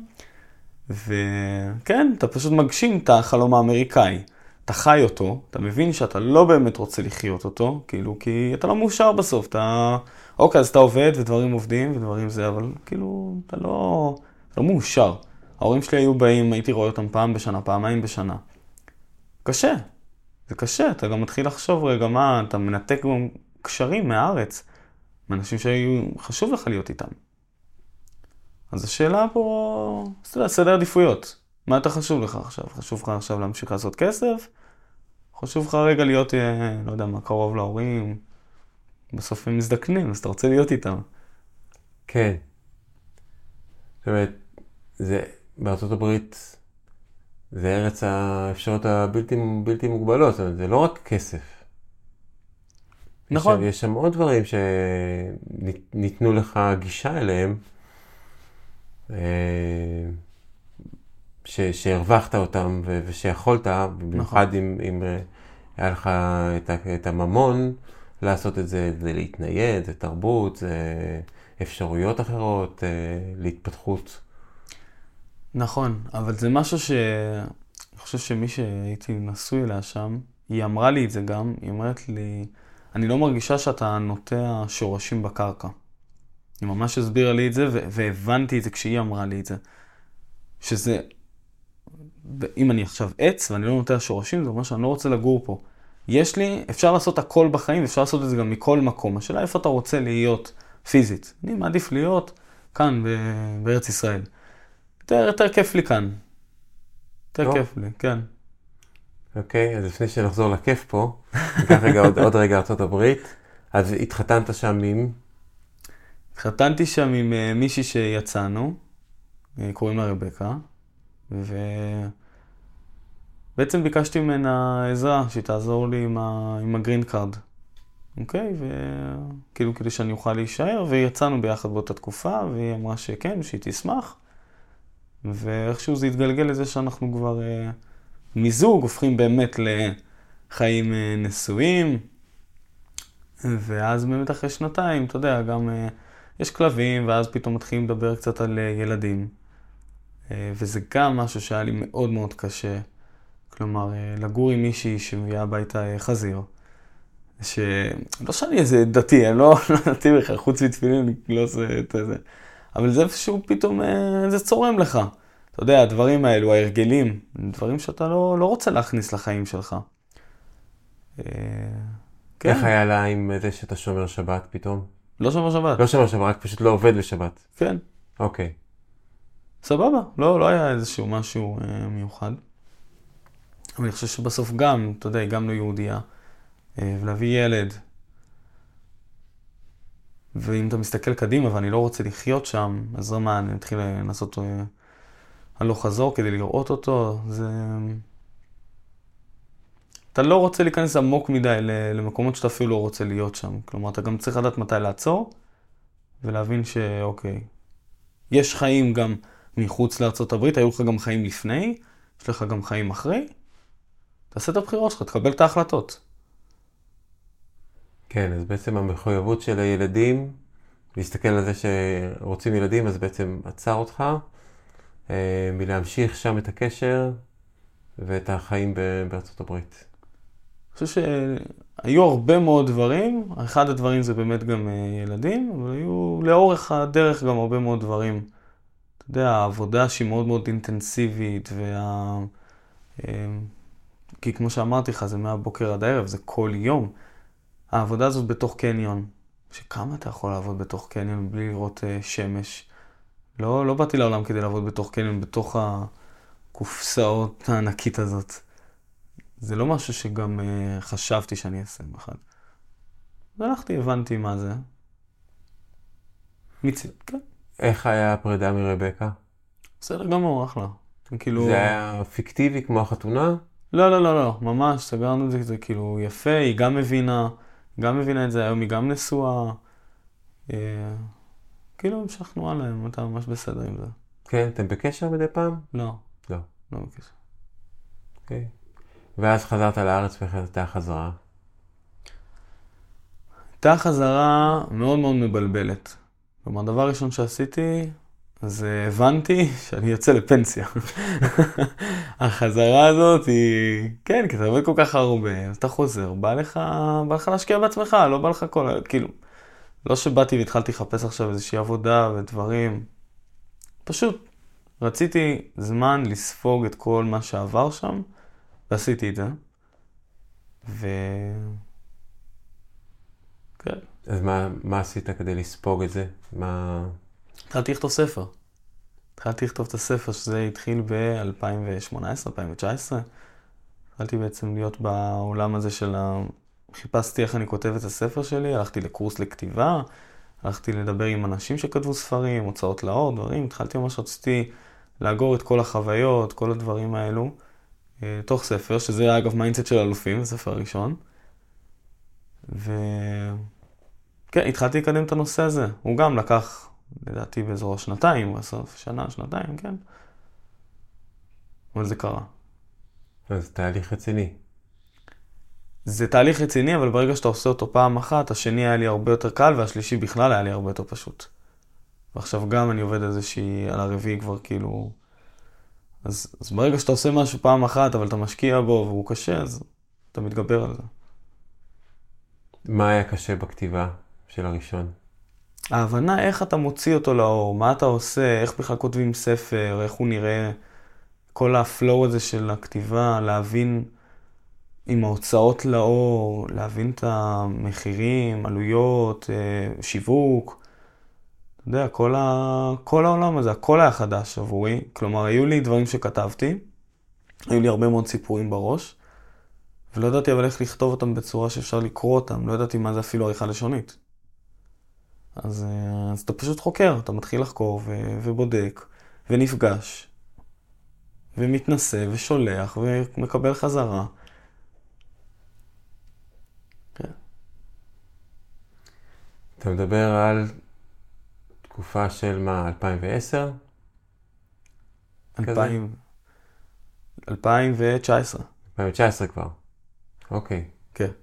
וכן, אתה פשוט מגשים את החלום האמריקאי. אתה חי אותו, אתה מבין שאתה לא באמת רוצה לחיות אותו, כאילו, כי אתה לא מאושר בסוף, אוקיי, אז אתה עובד ודברים עובדים ודברים זה, אבל כאילו, אתה לא מאושר. ההורים שלי היו באים, הייתי רואה אותם פעם בשנה, פעמיים בשנה. קשה, זה קשה, אתה גם מתחיל לחשוב רגע מה, אתה מנתק גם קשרים מהארץ, מאנשים שהיו חשוב לך להיות איתם. אז השאלה פה, סדר עדיפויות. מה אתה חשוב לך עכשיו? חשוב לך עכשיו להמשיך לעשות כסף? חשוב לך רגע להיות, לא יודע מה, קרוב להורים? בסוף הם מזדקנים, אז אתה רוצה להיות איתם. כן. זאת אומרת, בארצות הברית, זה ארץ האפשרות הבלתי מוגבלות, זאת אומרת, זה לא רק כסף. נכון. יש שם עוד דברים שניתנו לך גישה אליהם, שהרווחת אותם ושיכולת, במיוחד אם היה לך את הממון לעשות את זה, זה להתנייד, זה תרבות, זה אפשרויות אחרות, להתפתחות. נכון, אבל זה משהו אני חושב שמי שהייתי נשוי אליה שם, היא אמרה לי את זה גם, היא אומרת לי, אני לא מרגישה שאתה נוטע שורשים בקרקע. היא ממש הסבירה לי את זה, והבנתי את זה כשהיא אמרה לי את זה. שזה, אם אני עכשיו עץ ואני לא נוטע שורשים, זה אומר שאני לא רוצה לגור פה. אפשר לעשות הכל בחיים, אפשר לעשות את זה גם מכל מקום. השאלה איפה אתה רוצה להיות פיזית. אני מעדיף להיות כאן בארץ ישראל. יותר כיף לי כאן. יותר כיף לי, כן. אוקיי, אז לפני שנחזור לכיף פה, ניקח רגע עוד רגע ארצות הברית. אז התחתנת שם עם? התחתנתי שם עם מישהי שיצאנו, קוראים לה רבקה, ובעצם בעצם ביקשתי ממנה עזרה, שהיא תעזור לי עם הגרין קארד. אוקיי? וכאילו כדי שאני אוכל להישאר, ויצאנו ביחד באותה תקופה, והיא אמרה שכן, שהיא תשמח. ואיכשהו זה התגלגל לזה שאנחנו כבר מזוג, הופכים באמת לחיים נשואים. ואז באמת אחרי שנתיים, אתה יודע, גם יש כלבים, ואז פתאום מתחילים לדבר קצת על ילדים. וזה גם משהו שהיה לי מאוד מאוד קשה. כלומר, לגור עם מישהי שמביאה הביתה חזיר. לא שאני איזה דתי, אני לא דתי בכלל, חוץ מתפילין, אני לא עושה את זה. אבל זה איפשהו פתאום, זה צורם לך. אתה יודע, הדברים האלו, ההרגלים, דברים שאתה לא רוצה להכניס לחיים שלך. איך היה לה עם זה שאתה שומר שבת פתאום? לא שומר שבת. לא שומר שבת, רק פשוט לא עובד בשבת. כן. אוקיי. סבבה, לא היה איזשהו משהו מיוחד. אבל אני חושב שבסוף גם, אתה יודע, גם לא יהודייה, ולהביא ילד. ואם אתה מסתכל קדימה ואני לא רוצה לחיות שם, אז רמה, אני מתחיל לנסות הלוך חזור כדי לראות אותו. אתה לא רוצה להיכנס עמוק מדי למקומות שאתה אפילו לא רוצה להיות שם. כלומר, אתה גם צריך לדעת מתי לעצור, ולהבין שאוקיי, יש חיים גם מחוץ לארצות הברית, היו לך גם חיים לפני, יש לך גם חיים אחרי. תעשה את הבחירות שלך, תקבל את ההחלטות. כן, אז בעצם המחויבות של הילדים, להסתכל על זה שרוצים ילדים, אז בעצם עצר אותך מלהמשיך שם את הקשר ואת החיים בארצות הברית. אני חושב שהיו הרבה מאוד דברים, אחד הדברים זה באמת גם ילדים, אבל היו לאורך הדרך גם הרבה מאוד דברים. אתה יודע, העבודה שהיא מאוד מאוד אינטנסיבית, כי כמו שאמרתי לך, זה מהבוקר עד הערב, זה כל יום. העבודה הזאת בתוך קניון, שכמה אתה יכול לעבוד בתוך קניון בלי לראות שמש. לא באתי לעולם כדי לעבוד בתוך קניון, בתוך הקופסאות הענקית הזאת. זה לא משהו שגם חשבתי שאני אעשה אחד. והלכתי, הבנתי מה זה. מיצית, כן. איך היה הפרידה מרבקה? בסדר גמור, אחלה. כאילו... זה היה פיקטיבי כמו החתונה? לא, ממש, סגרנו את זה, זה כאילו יפה, היא גם מבינה את זה, היום היא גם נשואה. כאילו המשכנו עליהם, אתה ממש בסדר עם זה. כן, אתם בקשר מדי פעם? לא. לא. לא בקשר. אוקיי. ואז חזרת לארץ והייתה חזרה? הייתה חזרה מאוד מאוד מבלבלת. כלומר, הדבר הראשון שעשיתי, אז הבנתי שאני יוצא לפנסיה. החזרה הזאת היא, כן, כי אתה עובד כל כך הרבה, אז אתה חוזר, בא לך להשקיע בעצמך, לא בא לך כאילו, לא שבאתי והתחלתי לחפש עכשיו איזושהי עבודה ודברים. פשוט רציתי זמן לספוג את כל מה שעבר שם, ועשיתי את זה. כן. אז מה עשית כדי לספוג את זה? התחלתי לכתוב ספר. התחלתי לכתוב את הספר, שזה התחיל ב-2018, 2019. התחלתי בעצם להיות בעולם הזה חיפשתי איך אני כותב את הספר שלי, הלכתי לקורס לכתיבה, הלכתי לדבר עם אנשים שכתבו ספרים, הוצאות לאור, דברים. התחלתי ממש רציתי לאגור את כל החוויות, כל הדברים האלו, תוך ספר, שזה אגב מיינדסט של אלופים, הספר הראשון. כן, התחלתי לקדם את הנושא הזה. הוא גם לקח, לדעתי, באזור שנתיים, בסוף שנתיים, כן. אבל זה קרה. אז תהליך רציני. זה תהליך רציני, אבל ברגע שאתה עושה אותו פעם אחת, השני היה לי הרבה יותר קל, והשלישי בכלל היה לי הרבה יותר פשוט. ועכשיו גם אני עובד על הרביעי כבר כאילו... אז ברגע שאתה עושה משהו פעם אחת, אבל אתה משקיע בו והוא קשה, אז אתה מתגבר על זה. מה היה קשה בכתיבה של הראשון? ההבנה איך אתה מוציא אותו לאור, מה אתה עושה, איך בכלל כותבים ספר, איך הוא נראה, כל הפלואו הזה של הכתיבה, להבין עם ההוצאות לאור, להבין את המחירים, עלויות, שיווק. אתה יודע, כל העולם הזה, הכל היה חדש עבורי. כלומר, היו לי דברים שכתבתי, היו לי הרבה מאוד סיפורים בראש, ולא ידעתי אבל איך לכתוב אותם בצורה שאפשר לקרוא אותם, לא ידעתי מה זה אפילו עריכה לשונית. אז אתה פשוט חוקר, אתה מתחיל לחקור ובודק, ונפגש, ומתנסה ושולח ומקבל חזרה. כן. אתה מדבר על תקופה של מה, 2010? 2019. 2019 כבר. אוקיי. כן.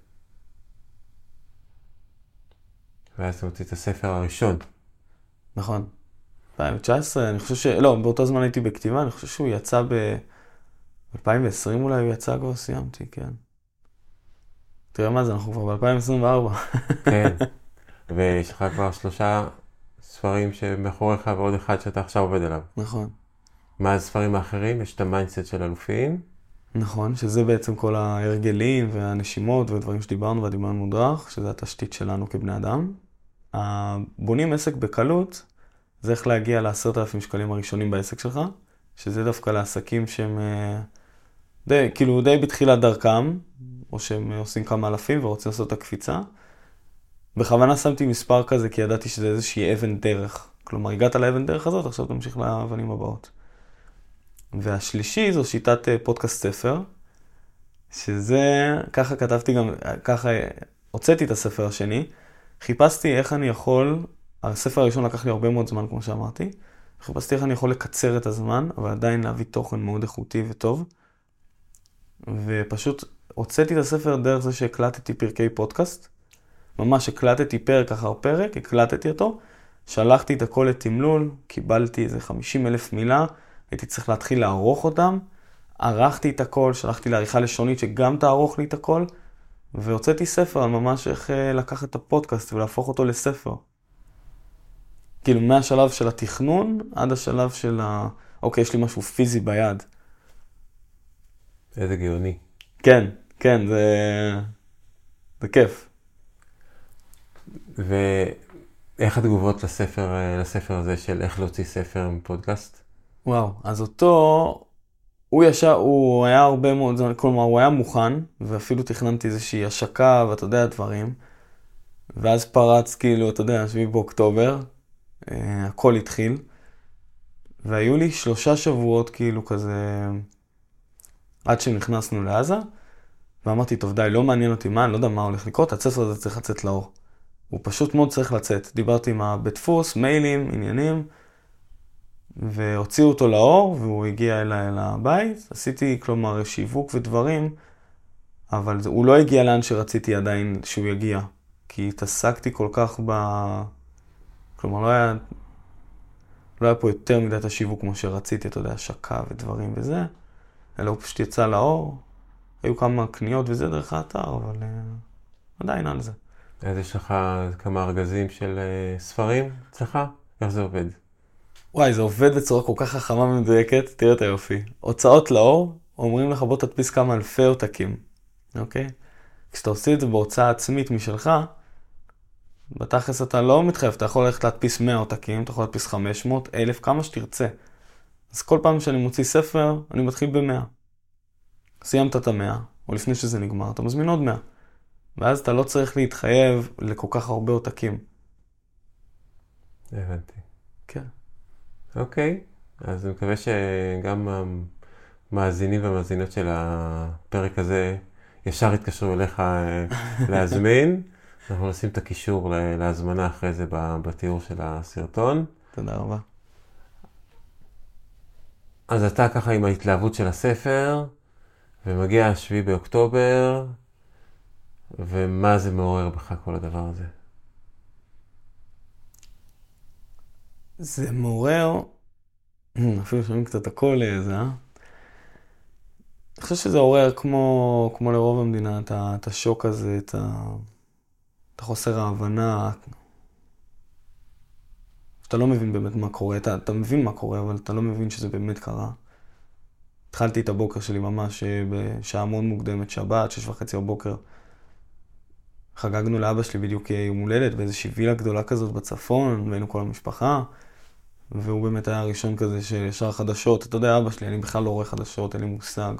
ואז אתה מוציא את הספר הראשון. נכון. 2019, אני חושב לא, באותו זמן הייתי בכתיבה, אני חושב שהוא יצא ב-2020 אולי, הוא יצא כבר, סיימתי, כן. תראה מה זה, אנחנו כבר ב-2024. כן. ויש לך כבר 3 ספרים שמאחוריך ועוד אחד שאתה עכשיו עובד עליו. נכון. מה הספרים האחרים? יש את המיינדסט של אלופים. נכון, שזה בעצם כל ההרגלים והנשימות ודברים שדיברנו והדיברנו מודרך, שזה התשתית שלנו כבני אדם. בונים עסק בקלות, זה איך להגיע ל10,000 שקלים הראשונים בעסק שלך, שזה דווקא לעסקים שהם די בתחילת דרכם, או שהם עושים כמה אלפים ורוצים לעשות את הקפיצה. בכוונה שמתי מספר כזה, כי ידעתי שזה איזושהי אבן דרך. כלומר, הגעת לאבן דרך הזאת, עכשיו תמשיך לאבנים הבאות. והשלישי זו שיטת פודקאסט ספר, שזה, ככה כתבתי גם, ככה הוצאתי את הספר השני, חיפשתי איך אני יכול, הספר הראשון לקח לי הרבה מאוד זמן, כמו שאמרתי, חיפשתי איך אני יכול לקצר את הזמן, אבל עדיין להביא תוכן מאוד איכותי וטוב, ופשוט הוצאתי את הספר דרך זה שהקלטתי פרקי פודקאסט, ממש הקלטתי פרק אחר פרק, הקלטתי אותו, שלחתי את הכל לתמלול, קיבלתי איזה 50,000 מילה, הייתי צריך להתחיל לערוך אותם, ערכתי את הכל, שלחתי לעריכה לשונית שגם תערוך לי את הכל, והוצאתי ספר על ממש איך לקחת את הפודקאסט ולהפוך אותו לספר. כאילו מהשלב של התכנון עד השלב של אוקיי, יש לי משהו פיזי ביד. איזה גאוני. כן, כן, זה כיף. ואיך התגובות לספר הזה של איך להוציא ספר מפודקאסט? וואו, אז הוא היה הרבה מאוד, כלומר הוא היה מוכן, ואפילו תכננתי איזושהי השקה ואתה יודע דברים, ואז פרץ כאילו, אתה יודע, 7 באוקטובר, הכל התחיל, והיו לי 3 שבועות כאילו כזה, עד שנכנסנו לעזה, ואמרתי, טוב די, לא מעניין אותי מה, אני לא יודע מה הולך לקרות, הספר הזה צריך לצאת לאור. הוא פשוט מאוד צריך לצאת. דיברתי עם הבית דפוס, מיילים, עניינים, והוציאו אותו לאור, והוא הגיע אליי לבית. עשיתי, כלומר, שיווק ודברים, אבל הוא לא הגיע לאן שרציתי עדיין שהוא יגיע. כי התעסקתי כל כך כלומר, לא היה פה יותר מדי את השיווק כמו שרציתי, אתה יודע, השקה ודברים וזה. אלא הוא פשוט יצא לאור. היו כמה קניות וזה דרך האתר, אבל עדיין על זה. אז יש לך כמה ארגזים של ספרים אצלך? איך זה עובד? וואי, זה עובד בצורה כל כך חכמה ומדויקת, תראה את היופי. הוצאות לאור, אומרים לך בוא תדפיס כמה אלפי עותקים, אוקיי? כשאתה עושה את זה בהוצאה עצמית משלך, בתכלס אתה לא מתחייב, אתה יכול ללכת להדפיס 100 עותקים, אתה יכול להדפיס 500, 1,000, כמה שתרצה. אז כל פעם שאני מוציא ספר, אני מתחיל ב100. סיימת את ה100, או לפני שזה נגמר, אתה מזמין עוד 100. ואז אתה לא צריך להתחייב לכל כך הרבה עותקים. הבנתי. כן. אוקיי, אז אני מקווה שגם המאזינים והמאזינות של הפרק הזה ישר יתקשרו אליך להזמין. אנחנו נשים את הקישור להזמנה אחרי זה בתיאור של הסרטון. תודה רבה. אז אתה ככה עם ההתלהבות של הספר, ומגיע 7 באוקטובר, ומה זה מעורר בך כל הדבר הזה? זה מעורר, אפילו שומעים קצת הכל איזה, אני חושב שזה עורר כמו לרוב המדינה, את השוק הזה, את החוסר ההבנה, אתה לא מבין באמת מה קורה, אתה מבין מה קורה, אבל אתה לא מבין שזה באמת קרה. התחלתי את הבוקר שלי ממש בשעה מאוד מוקדמת, שבת, 6:30 בבוקר. חגגנו לאבא שלי בדיוק יום הולדת באיזושהי וילה גדולה כזאת בצפון, והיינו כל המשפחה, והוא באמת היה הראשון כזה שישר חדשות. אתה יודע, אבא שלי, אני בכלל לא רואה חדשות, אין לי מושג.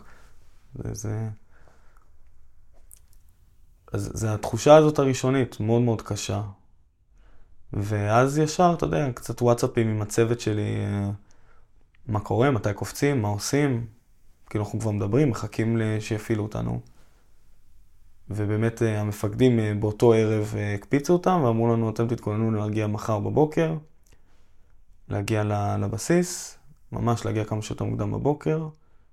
אז זה התחושה הזאת הראשונית, מאוד מאוד קשה. ואז ישר, אתה יודע, קצת וואטסאפים עם הצוות שלי, מה קורה, מתי קופצים, מה עושים. כאילו אנחנו כבר מדברים, מחכים שיפעילו אותנו. ובאמת המפקדים באותו ערב הקפיצו אותם ואמרו לנו, אתם תתכוננו להגיע מחר בבוקר, להגיע לבסיס, ממש להגיע כמה שיותר מוקדם בבוקר,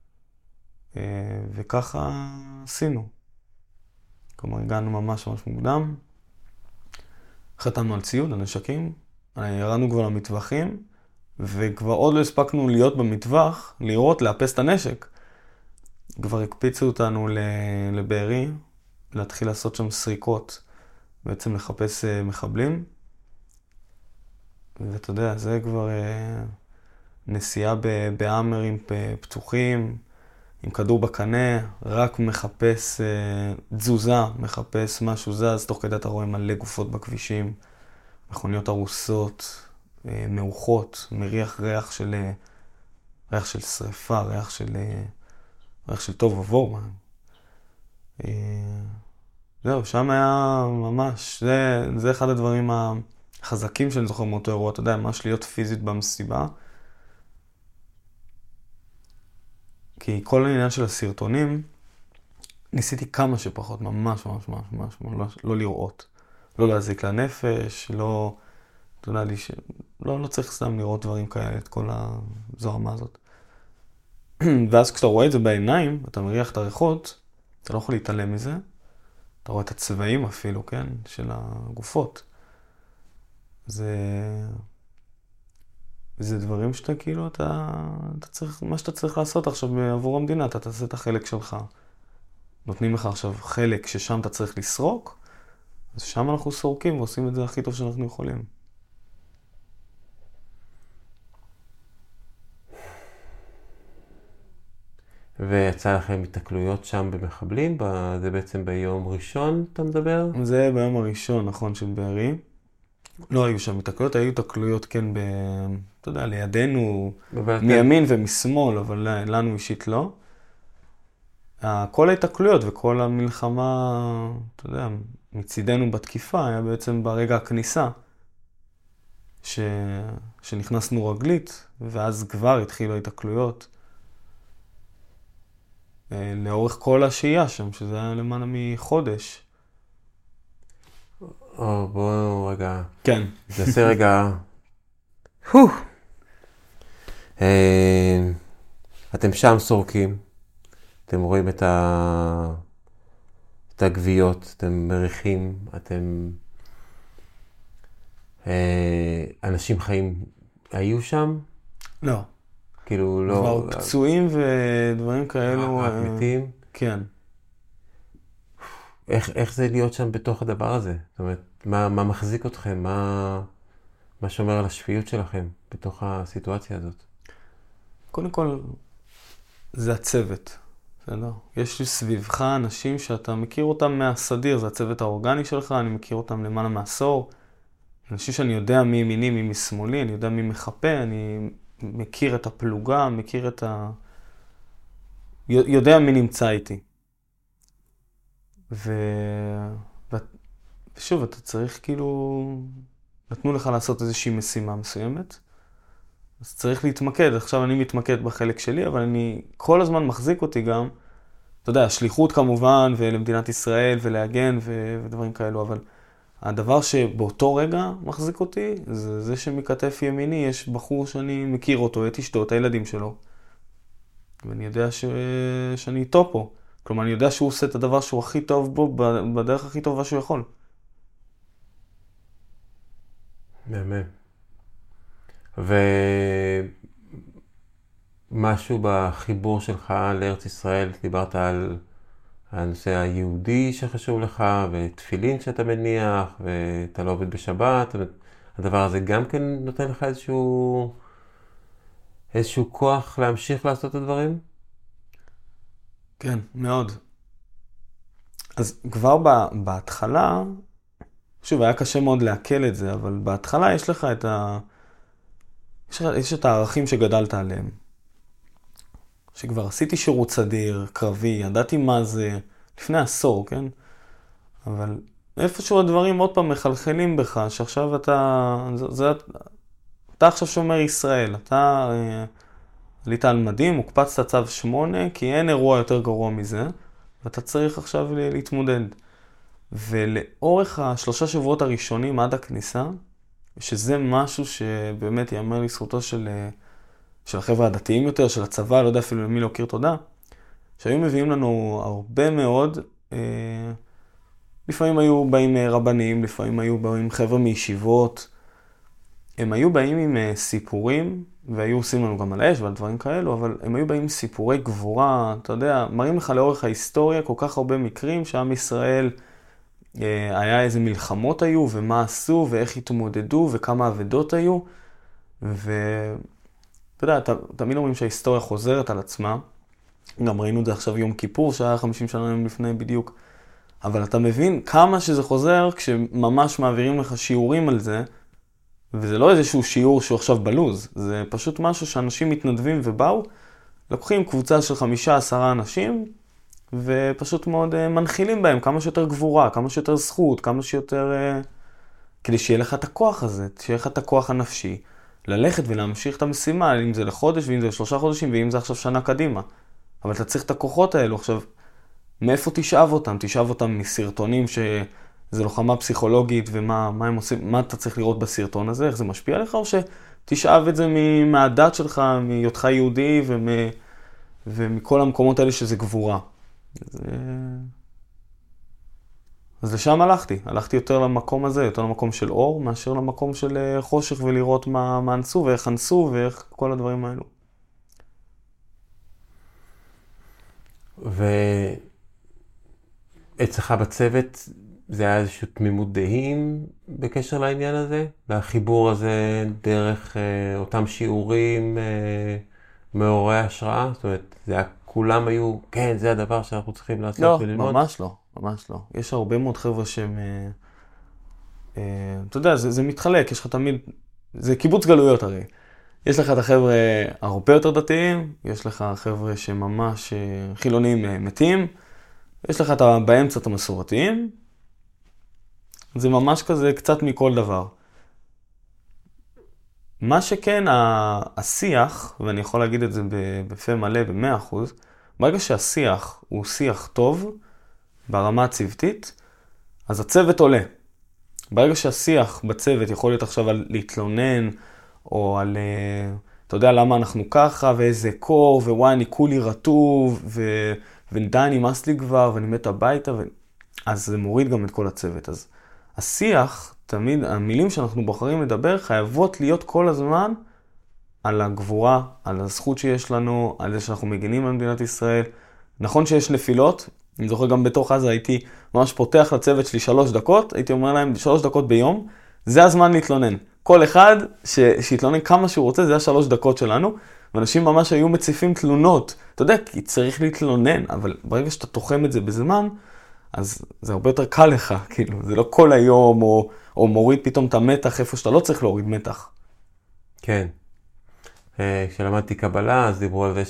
וככה עשינו. כלומר, הגענו ממש מוקדם, חתמנו על ציוד, על נשקים, ירדנו כבר למטווחים, וכבר עוד לא הספקנו להיות במטווח, לראות, לאפס את הנשק. כבר הקפיצו אותנו לבארי, להתחיל לעשות שם סריקות, בעצם לחפש מחבלים. ואתה יודע, זה כבר נסיעה באמרים פתוחים, עם כדור בקנה, רק מחפש תזוזה, מחפש משהו זז, תוך כדי אתה רואה מלא גופות בכבישים, מכוניות הרוסות, מאוחות, מריח ריח של שריפה, ריח של טוב עבור. זהו, שם היה ממש, זה אחד הדברים החזקים שאני זוכר מאותו אירוע, אתה יודע, ממש להיות פיזית במסיבה. כי כל העניין של הסרטונים, ניסיתי כמה שפחות, ממש, לא לראות. לא להזיק לנפש, לא, אתה יודע לי, לא צריך סתם לראות דברים כאלה, את כל הזוהמה הזאת. ואז כשאתה רואה את זה בעיניים, אתה מריח את הריחות, אתה לא יכול להתעלם מזה. אתה רואה את הצבעים אפילו, כן, של הגופות. זה דברים שאתה כאילו, אתה צריך, מה שאתה צריך לעשות עכשיו עבור המדינה, אתה תעשה את החלק שלך. נותנים לך עכשיו חלק ששם אתה צריך לסרוק, אז שם אנחנו סורקים ועושים את זה הכי טוב שאנחנו יכולים. ויצא לכם התקלויות שם במחבלים? זה בעצם ביום ראשון אתה מדבר? זה ביום הראשון, נכון, של בארי. לא היו שם התקלויות, היו התקלויות כן, אתה יודע, לידינו, מימין ומשמאל, אבל לנו אישית לא. כל ההתקלויות וכל המלחמה, אתה יודע, מצידנו בתקיפה, היה בעצם ברגע הכניסה, שנכנסנו רגלית, ואז כבר התחילו ההתקלויות. לאורך כל השהייה שם, שזה היה למעלה מחודש. בואו רגע. כן. נעשה רגע. אתם שם סורקים, אתם רואים את הגוויות, אתם מריחים, אתם... אנשים חיים היו שם? לא. כאילו לא... כבר פצועים ודברים כאלו... רק מתים? כן. איך זה להיות שם בתוך הדבר הזה? זאת אומרת, מה מחזיק אתכם? מה שומר על השפיות שלכם בתוך הסיטואציה הזאת? קודם כל, זה הצוות. בסדר? יש לי סביבך אנשים שאתה מכיר אותם מהסדיר, זה הצוות האורגני שלך, אני מכיר אותם למעלה מעשור. אנשים שאני יודע מי ימיני, מי משמאלי, אני יודע מי מחפה, אני מכיר את הפלוגה, מכיר את יודע מי נמצא איתי. ושוב, אתה צריך כאילו... נתנו לך לעשות איזושהי משימה מסוימת, אז צריך להתמקד. עכשיו אני מתמקד בחלק שלי, אבל אני כל הזמן מחזיק אותי גם, אתה יודע, שליחות כמובן, ולמדינת ישראל, ולהגן ודברים כאלו, אבל הדבר שבאותו רגע מחזיק אותי, זה שמכתף ימיני יש בחור שאני מכיר אותו, את אשתו, את הילדים שלו, ואני יודע שאני איתו פה. כלומר, אני יודע שהוא עושה את הדבר שהוא הכי טוב בו, בדרך הכי טובה שהוא יכול. באמת. ומשהו בחיבור שלך לארץ ישראל, דיברת על הנושא היהודי שחשוב לך, ותפילין שאתה מניח, ואתה לא עובד בשבת, הדבר הזה גם כן נותן לך איזשהו כוח להמשיך לעשות את הדברים? כן, מאוד. אז כבר בהתחלה, שוב, היה קשה מאוד לעכל את זה, אבל בהתחלה יש לך יש את הערכים שגדלת עליהם. שכבר עשיתי שירות סדיר, קרבי, ידעתי מה זה, לפני עשור, כן? אבל איפשהו הדברים עוד פעם מחלחלים בך, שעכשיו אתה עכשיו שומר ישראל, עלית על מדים, הוקפצת צו 8, כי אין אירוע יותר גרוע מזה, ואתה צריך עכשיו להתמודד. ולאורך 3 שבועות הראשונים עד הכניסה, שזה משהו שבאמת יאמר לזכותו של החבר'ה הדתיים יותר, של הצבא, לא יודע אפילו למי להכיר תודה, שהיו מביאים לנו הרבה מאוד, לפעמים היו באים רבנים, לפעמים היו באים חבר'ה מישיבות, הם היו באים עם סיפורים, והיו עושים לנו גם על האש ועל דברים כאלו, אבל הם היו באים עם סיפורי גבורה, אתה יודע, מראים לך לאורך ההיסטוריה כל כך הרבה מקרים שעם ישראל היה איזה מלחמות היו, ומה עשו, ואיך התמודדו, וכמה עבדות היו, אתה יודע, תמיד אומרים שההיסטוריה חוזרת על עצמה, גם ראינו את זה עכשיו יום כיפור, שהיה 50 שנה לפני בדיוק, אבל אתה מבין כמה שזה חוזר כשממש מעבירים לך שיעורים על זה, וזה לא איזשהו שיעור שהוא עכשיו בלוז, זה פשוט משהו שאנשים מתנדבים ובאו, לוקחים קבוצה של 5-10 אנשים, ופשוט מאוד מנחילים בהם כמה שיותר גבורה, כמה שיותר זכות, כמה שיותר... כדי שיהיה לך את הכוח הזה, שיהיה לך את הכוח הנפשי, ללכת ולהמשיך את המשימה, אם זה לחודש, ואם זה 3 חודשים, ואם זה עכשיו שנה קדימה. אבל אתה צריך את הכוחות האלו. עכשיו, מאיפה תשאב אותם? תשאב אותם מסרטונים שזה לוחמה פסיכולוגית, ומה הם עושים, מה אתה צריך לראות בסרטון הזה, איך זה משפיע עליך, או שתשאב את זה מהדת שלך, מהיותך יהודי, ומכל המקומות האלה שזה גבורה. אז לשם הלכתי יותר למקום הזה, יותר למקום של אור, מאשר למקום של חושך ולראות מה אנסו ואיך אנסו ואיך כל הדברים האלו. ואצלך בצוות זה היה איזשהו תמימות דעים בקשר לעניין הזה? והחיבור הזה דרך אותם שיעורים מעוררי השראה? זאת אומרת, זה היה, כולם היו, כן, זה הדבר שאנחנו צריכים לעשות וללמוד? לא, ממש לא, ממש לא. יש הרבה מאוד חבר'ה שהם, אתה יודע, זה מתחלק, יש לך תמיד, זה קיבוץ גלויות הרי. יש לך את החבר'ה הרבה יותר דתיים, יש לך חבר'ה שממש חילונים מתים, יש לך באמצע את המסורתיים, זה ממש כזה קצת מכל דבר. מה שכן, השיח, ואני יכול להגיד את זה בפה מלא, ב100%, ברגע שהשיח הוא שיח טוב, ברמה הצוותית, אז הצוות עולה. ברגע שהשיח בצוות יכול להיות עכשיו על להתלונן, או על, אתה יודע למה אנחנו ככה, ואיזה קור, ווואי, אני כולי רטוב, ודי, נמאס לי כבר, ואני מת הביתה, אז זה מוריד גם את כל הצוות. אז השיח, תמיד, המילים שאנחנו בוחרים לדבר, חייבות להיות כל הזמן על הגבורה, על הזכות שיש לנו, על זה שאנחנו מגינים על מדינת ישראל. נכון שיש נפילות, אני זוכר גם בתוך אז הייתי ממש פותח לצוות שלי 3 דקות, הייתי אומר להם 3 דקות ביום, זה הזמן להתלונן. כל אחד שיתלונן כמה שהוא רוצה, זה 3 דקות שלנו, ואנשים ממש היו מציפים תלונות. אתה יודע, כי צריך להתלונן, אבל ברגע שאתה תוחם את זה בזמן, אז זה הרבה יותר קל לך, כאילו, זה לא כל היום, או מוריד פתאום את המתח איפה שאתה לא צריך להוריד מתח. כן. כשלמדתי קבלה, אז דיברו על זה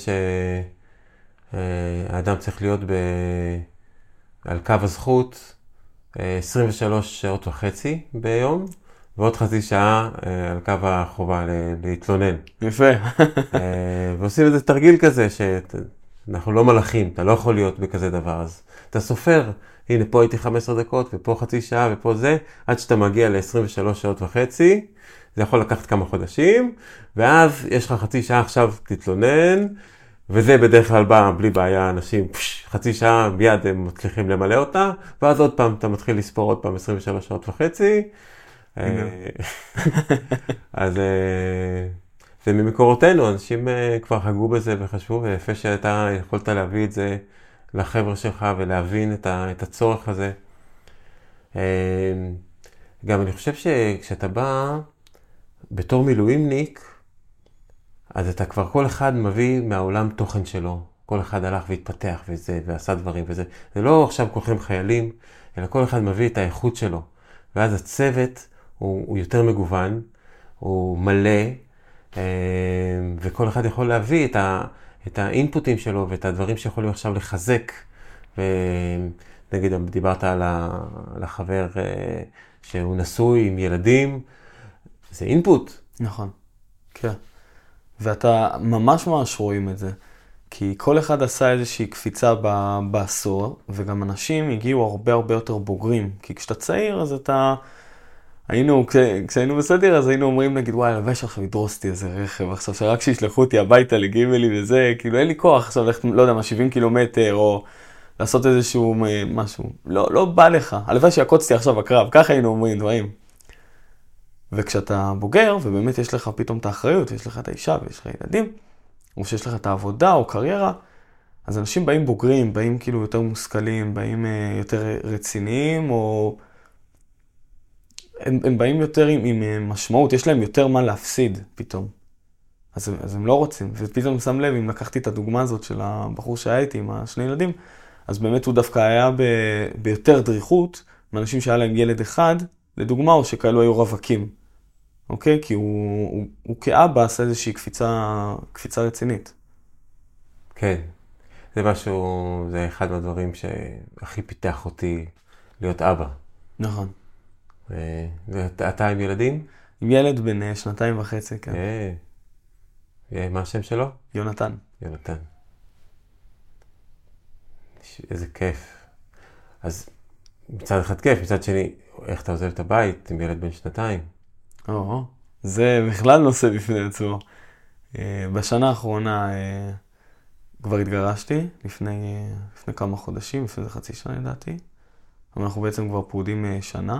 שהאדם צריך להיות על קו הזכות 23 שעות וחצי ביום, ועוד חצי שעה על קו החובה להתלונן. יפה. ועושים איזה תרגיל כזה, שאנחנו לא מלאכים, אתה לא יכול להיות בכזה דבר, אז אתה סופר, הנה פה הייתי 15 דקות, ופה חצי שעה, ופה זה, עד שאתה מגיע ל-23 שעות וחצי, זה יכול לקחת כמה חודשים, ואז יש לך חצי שעה עכשיו תתלונן, וזה בדרך כלל בא בלי בעיה, אנשים חצי שעה מיד הם מצליחים למלא אותה, ואז עוד פעם אתה מתחיל לספור עוד פעם 23 שעות וחצי, אז זה ממקורותינו, אנשים כבר חגו בזה וחשבו, ויפה שאתה יכולת להביא את זה לחבר'ה שלך ולהבין את הצורך הזה. גם אני חושב שכשאתה בא בתור מילואימניק, אז אתה כבר כל אחד מביא מהעולם תוכן שלו. כל אחד הלך והתפתח וזה, ועשה דברים וזה. זה לא עכשיו כולכם חיילים, אלא כל אחד מביא את האיכות שלו. ואז הצוות הוא יותר מגוון, הוא מלא, וכל אחד יכול להביא את האינפוטים שלו ואת הדברים שיכולים עכשיו לחזק. ונגיד, דיברת על החבר שהוא נשוי עם ילדים, זה אינפוט. נכון, כן. ואתה ממש ממש רואים את זה. כי כל אחד עשה איזושהי קפיצה בעשור, וגם אנשים הגיעו הרבה הרבה יותר בוגרים. כי כשאתה צעיר, אז כשהיינו בסדר, אז היינו אומרים, נגיד, וואי, הלוואי שעכשיו ידרוס אותי איזה רכב, עכשיו שרק שישלחו אותי הביתה לגימלי וזה, כאילו אין לי כוח עכשיו ללכת, לא יודע, 70 קילומטר, או לעשות איזשהו משהו. לא בא לך. הלוואי שיקוצתי עכשיו בקרב, ככה היינו אומרים דברים. וכשאתה בוגר, ובאמת יש לך פתאום את האחריות, ויש לך את האישה, ויש לך ילדים, או שיש לך את העבודה או קריירה, אז אנשים באים בוגרים, באים כאילו יותר מושכלים, באים יותר רציניים, או הם באים יותר עם משמעות, יש להם יותר מה להפסיד פתאום. אז הם לא רוצים, ופתאום שם לב, אם לקחתי את הדוגמה הזאת של הבחור שהיה איתי עם השני ילדים, אז באמת הוא דווקא היה ביותר דריכות, מאנשים שהיה להם ילד אחד, לדוגמה, או שכאלו היו רווקים. אוקיי? כי הוא כאבא עשה איזושהי קפיצה רצינית. כן. זה אחד מהדברים שהכי פיתח אותי להיות אבא. נכון. ואתה עם ילדים? עם ילד בן 2.5, כן. מה השם שלו? יונתן. יונתן. איזה כיף. אז מצד אחד כיף, מצד שני, איך אתה עוזב את הבית עם ילד בן 2? זה בכלל נושא בפני עצמו. בשנה האחרונה כבר התגרשתי, לפני כמה חודשים, לפני זה חצי שנה לדעתי. אבל אנחנו בעצם כבר פרודים שנה.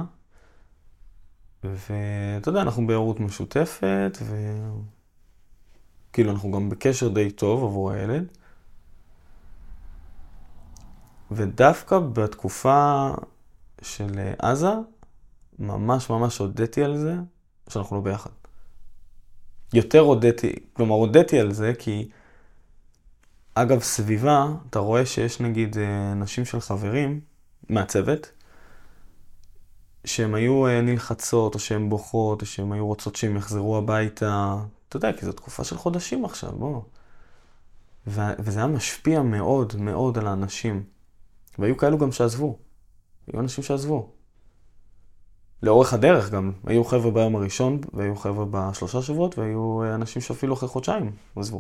ואתה יודע, אנחנו בהורות משותפת, וכאילו אנחנו גם בקשר די טוב עבור הילד. ודווקא בתקופה של עזה, ממש ממש הודיתי על זה, שאנחנו לא ביחד. יותר הודיתי על זה, כי אגב סביבה, אתה רואה שיש נגיד נשים של חברים מהצוות, שהן היו נלחצות, או שהן בוכות, או שהן היו רוצות שהן יחזרו הביתה. אתה יודע, כי זו תקופה של חודשים עכשיו, בוא. וזה היה משפיע מאוד מאוד על האנשים. והיו כאלו גם שעזבו. היו אנשים שעזבו. לאורך הדרך גם. היו חבר'ה ביום הראשון, והיו חבר'ה בשלושה שבועות, והיו אנשים שאפילו אחרי חודשיים עזבו.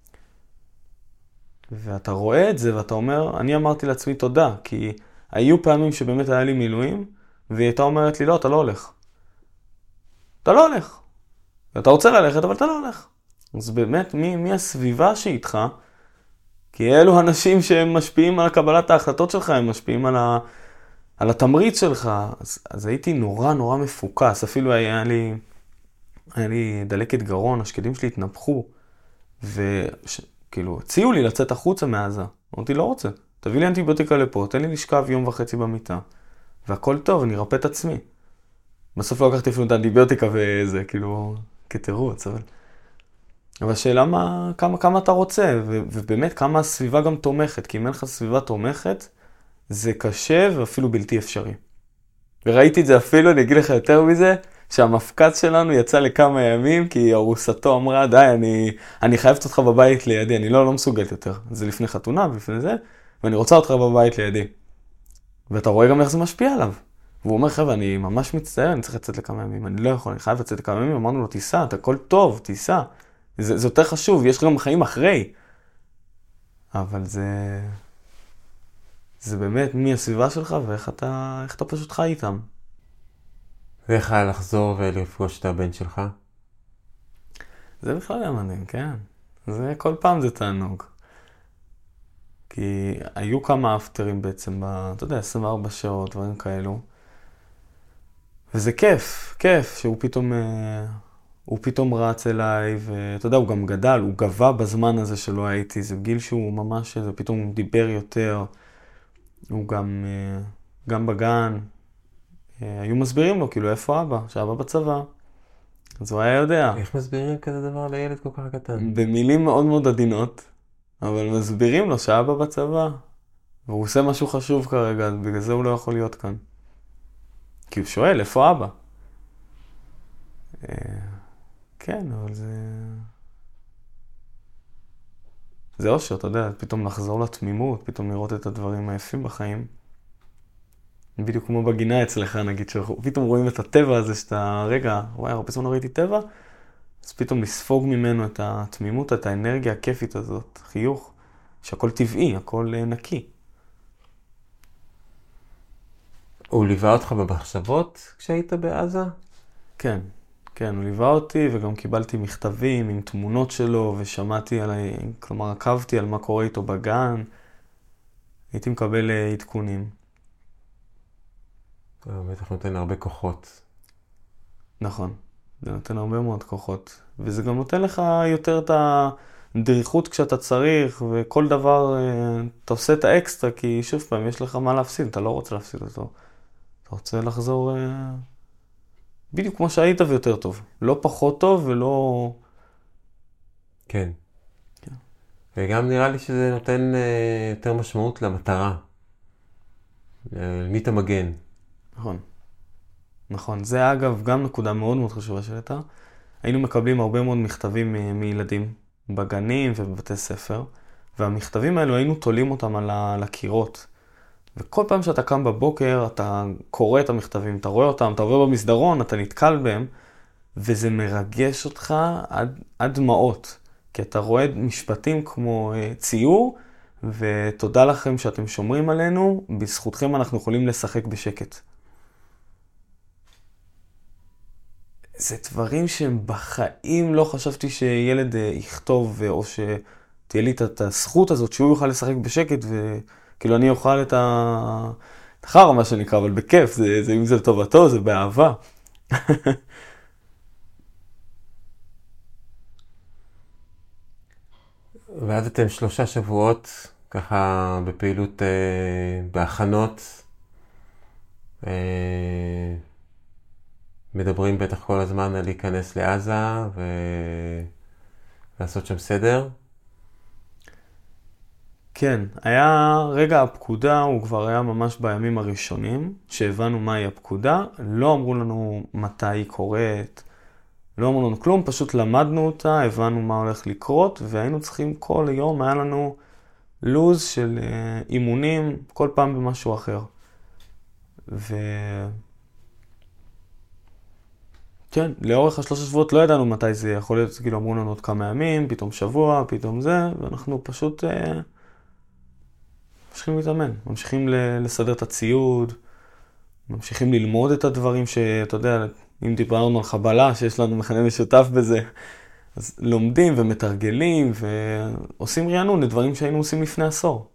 ואתה רואה את זה, ואתה אומר, אני אמרתי לעצמי תודה, כי היו פעמים שבאמת היה לי מילואים, והיא הייתה אומרת לי, לא, אתה לא הולך. אתה לא הולך. אתה רוצה ללכת, אבל אתה לא הולך. אז באמת, מי הסביבה שאיתך? כי אלו אנשים שהם משפיעים על קבלת ההחלטות שלך, הם משפיעים על התמריץ שלך. אז הייתי נורא מפוקס. אפילו היה לי דלקת גרון, השקדים שלי התנפחו. וכאילו, הציעו לי לצאת החוצה מעזה. אמרתי, לא רוצה. תביא לי אנטיביוטיקה לפה, תן לי לשכב 1.5 יום במיטה. והכל טוב, אני ארפא את עצמי. בסוף לא לקחתי אפילו את האנטיביוטיקה וזה, כאילו, כתירוץ, אבל השאלה כמה אתה רוצה, ובאמת כמה הסביבה גם תומכת, כי אם אין לך סביבה תומכת, זה קשה ואפילו בלתי אפשרי. וראיתי את זה אפילו, אני אגיד לך יותר מזה, שהמפקץ שלנו יצא לכמה ימים, כי ארוסתו אמרה, די, אני חייבת אותך בבית לידי, אני לא מסוגלת יותר. זה לפני חתונה ולפני זה, ואני רוצה אותך בבית לידי. ואתה רואה גם איך זה משפיע עליו. והוא אומר, חבר'ה, אני ממש מצטער, אני צריך לצאת לכמה ימים, אני לא יכול, אני חייב לצאת לכמה ימים, אמרנו לו, תיסע, אתה הכל טוב, תיסע. זה יותר חשוב, יש גם חיים אחרי. אבל זה באמת מי הסביבה שלך ואיך אתה פשוט חי איתם. ואיך היה לחזור ולפגוש את הבן שלך? זה בכלל היה מעניין, כן. כל פעם זה תענוג. כי היו כמה אפטרים בעצם, אתה יודע, 24 שעות, דברים כאלו. וזה כיף שהוא פתאום רץ אליי, ואתה יודע, הוא גם גדל, הוא גבה בזמן הזה שלא הייתי, זה גיל שהוא ממש, זה פתאום הוא דיבר יותר, הוא גם בגן, היו מסבירים לו, כאילו, איפה אבא? שאבא בצבא. אז הוא היה יודע. איך מסבירים כזה דבר לילד כל כך קטן? במילים מאוד מאוד עדינות, אבל מסבירים לו שאבא בצבא, והוא עושה משהו חשוב כרגע, בגלל זה הוא לא יכול להיות כאן. כי הוא שואל, איפה אבא? כן, אבל זה אושר, אתה יודע, פתאום לחזור לתמימות, פתאום לראות את הדברים היפים בחיים. בדיוק כמו בגינה אצלך, נגיד, שפתאום רואים את הטבע הזה שאתה, רגע, וואי, הרבה זמן לא ראיתי טבע, אז פתאום לספוג ממנו את התמימות, את האנרגיה הכיפית הזאת, חיוך, שהכל טבעי, הכל נקי. הוא ליווה אותך במחשבות כשהיית בעזה? כן, כן, הוא ליווה אותי וגם קיבלתי מכתבים עם תמונות שלו ושמעתי עליי, כלומר עקבתי על מה קורה איתו בגן, הייתי מקבל עדכונים. בטח נותן הרבה כוחות. נכון, זה נותן הרבה מאוד כוחות, וזה גם נותן לך יותר את הדריכות כשאתה צריך, וכל דבר אתה עושה את האקסטרה, כי שוב פעם יש לך מה להפסיד, אתה לא רוצה להפסיד אותו. אתה רוצה לחזור בדיוק כמו שהיית ויותר טוב. לא פחות טוב ולא... כן. וגם נראה לי שזה נותן יותר משמעות למטרה. למי אתה מגן. נכון. נכון. זה אגב גם נקודה מאוד מאוד חשובה שהייתה. היינו מקבלים הרבה מאוד מכתבים מילדים בגנים ובבתי ספר, והמכתבים האלו היינו תולים אותם על הקירות. וכל פעם שאתה קם בבוקר, אתה קורא את המכתבים, אתה רואה אותם, אתה עובר במסדרון, אתה נתקל בהם, וזה מרגש אותך עד דמעות. כי אתה רואה משפטים כמו ציור, ותודה לכם שאתם שומרים עלינו, בזכותכם אנחנו יכולים לשחק בשקט. זה דברים שהם בחיים לא חשבתי שילד יכתוב, או שתהיה לי את הזכות הזאת שהוא יוכל לשחק בשקט, וכאילו אני אוכל את החר, מה שנקרא, אבל בכיף, אם זה לטובתו, זה באהבה. ואז אתם 3 שבועות, ככה בפעילות, בהכנות, מדברים בטח כל הזמן על להיכנס לעזה ולעשות שם סדר. כן, היה רגע הפקודה, הוא כבר היה ממש בימים הראשונים, שהבנו מהי הפקודה, לא אמרו לנו מתי היא קורית, לא אמרו לנו כלום, פשוט למדנו אותה, הבנו מה הולך לקרות, והיינו צריכים כל יום, היה לנו לוז של אימונים, כל פעם במשהו אחר. כן, לאורך 3 שבועות לא ידענו מתי זה יכול להיות, כאילו אמרו לנו עוד כמה ימים, פתאום שבוע, פתאום זה, ואנחנו פשוט ממשיכים להתאמן, ממשיכים לסדר את הציוד, ממשיכים ללמוד את הדברים שאתה יודע, אם דיברנו על חבלה, שיש לנו מכנה משותף בזה, אז לומדים ומתרגלים ועושים רענון לדברים שהיינו עושים לפני עשור.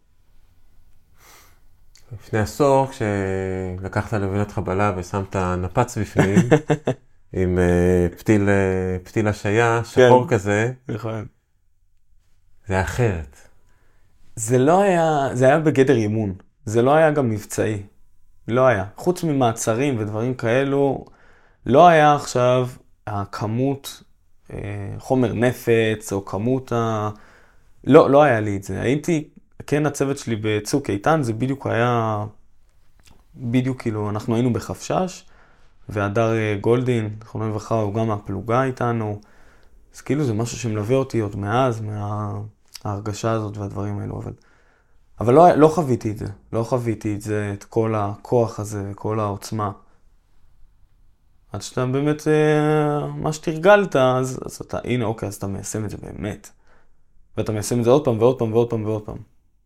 לפני עשור, כשלקחת לבנת חבלה ושמת נפץ בפנים, עם פתיל השעיה, שחור כזה, נכון. זה אחרת. זה לא היה, זה היה בגדר אימון, זה לא היה גם מבצעי, לא היה. חוץ ממעצרים ודברים כאלו, לא היה עכשיו הכמות חומר נפץ או כמות לא היה לי את זה. הייתי, כן, הצוות שלי בצוק איתן, זה בדיוק היה, בדיוק כאילו, אנחנו היינו בחפשש, והדר גולדין, זכרונו לברכה, הוא גם מהפלוגה איתנו, אז כאילו זה משהו שמלווה אותי עוד מאז, ההרגשה הזאת והדברים האלו, אבל לא חוויתי את זה, לא חוויתי את זה, את כל הכוח הזה וכל העוצמה. עד שאתה באמת, מה שתרגלת, אז אתה, הנה אוקיי, אז אתה מיישם את זה באמת. ואתה מיישם את זה עוד פעם ועוד פעם ועוד פעם ועוד פעם.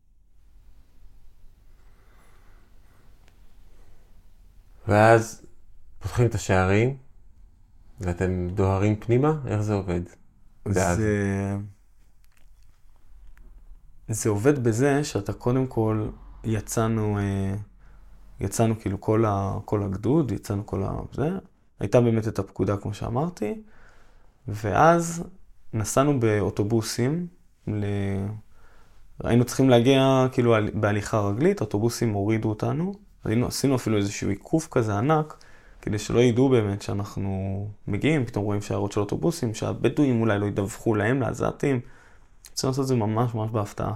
ואז פותחים את השערים, ואתם דוהרים פנימה? איך זה עובד? זה עובד בזה שאתה קודם כל יצאנו כאילו כל הגדוד, יצאנו כל זה. הייתה באמת את הפקודה כמו שאמרתי, ואז נסענו באוטובוסים, היינו צריכים להגיע כאילו בהליכה רגלית, אוטובוסים הורידו אותנו, עשינו אפילו איזשהו עיקוף כזה ענק, כדי שלא ידעו באמת שאנחנו מגיעים, פתאום רואים שערות של אוטובוסים, שהבדואים אולי לא ידווחו להם, לעזתים. צריכים לעשות את זה ממש ממש בהפתעה.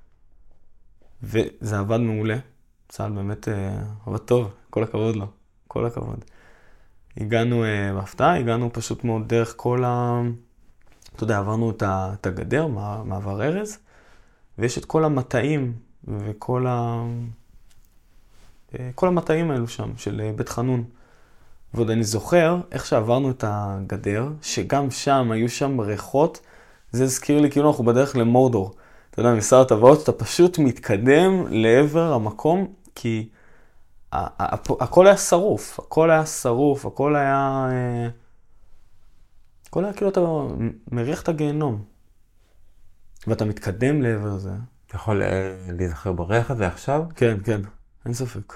וזה עבד מעולה. צה"ל באמת עבד טוב, כל הכבוד לו, כל הכבוד. הגענו בהפתעה, הגענו פשוט מאוד דרך כל אתה יודע, עברנו את הגדר, מעבר ארז, ויש את כל המטעים וכל כל המטעים האלו שם, של בית חנון. ועוד אני זוכר איך שעברנו את הגדר, שגם שם, היו שם ריחות, זה הזכיר לי כאילו אנחנו בדרך למורדור. אתה יודע, משר הטבעות, אתה פשוט מתקדם לעבר המקום, כי הכל היה שרוף, הכל היה שרוף, הכל היה... הכל היה כאילו אתה מריח את הגיהנום. ואתה מתקדם לעבר זה. אתה יכול להיזכר בריח הזה עכשיו? כן, כן, אין ספק.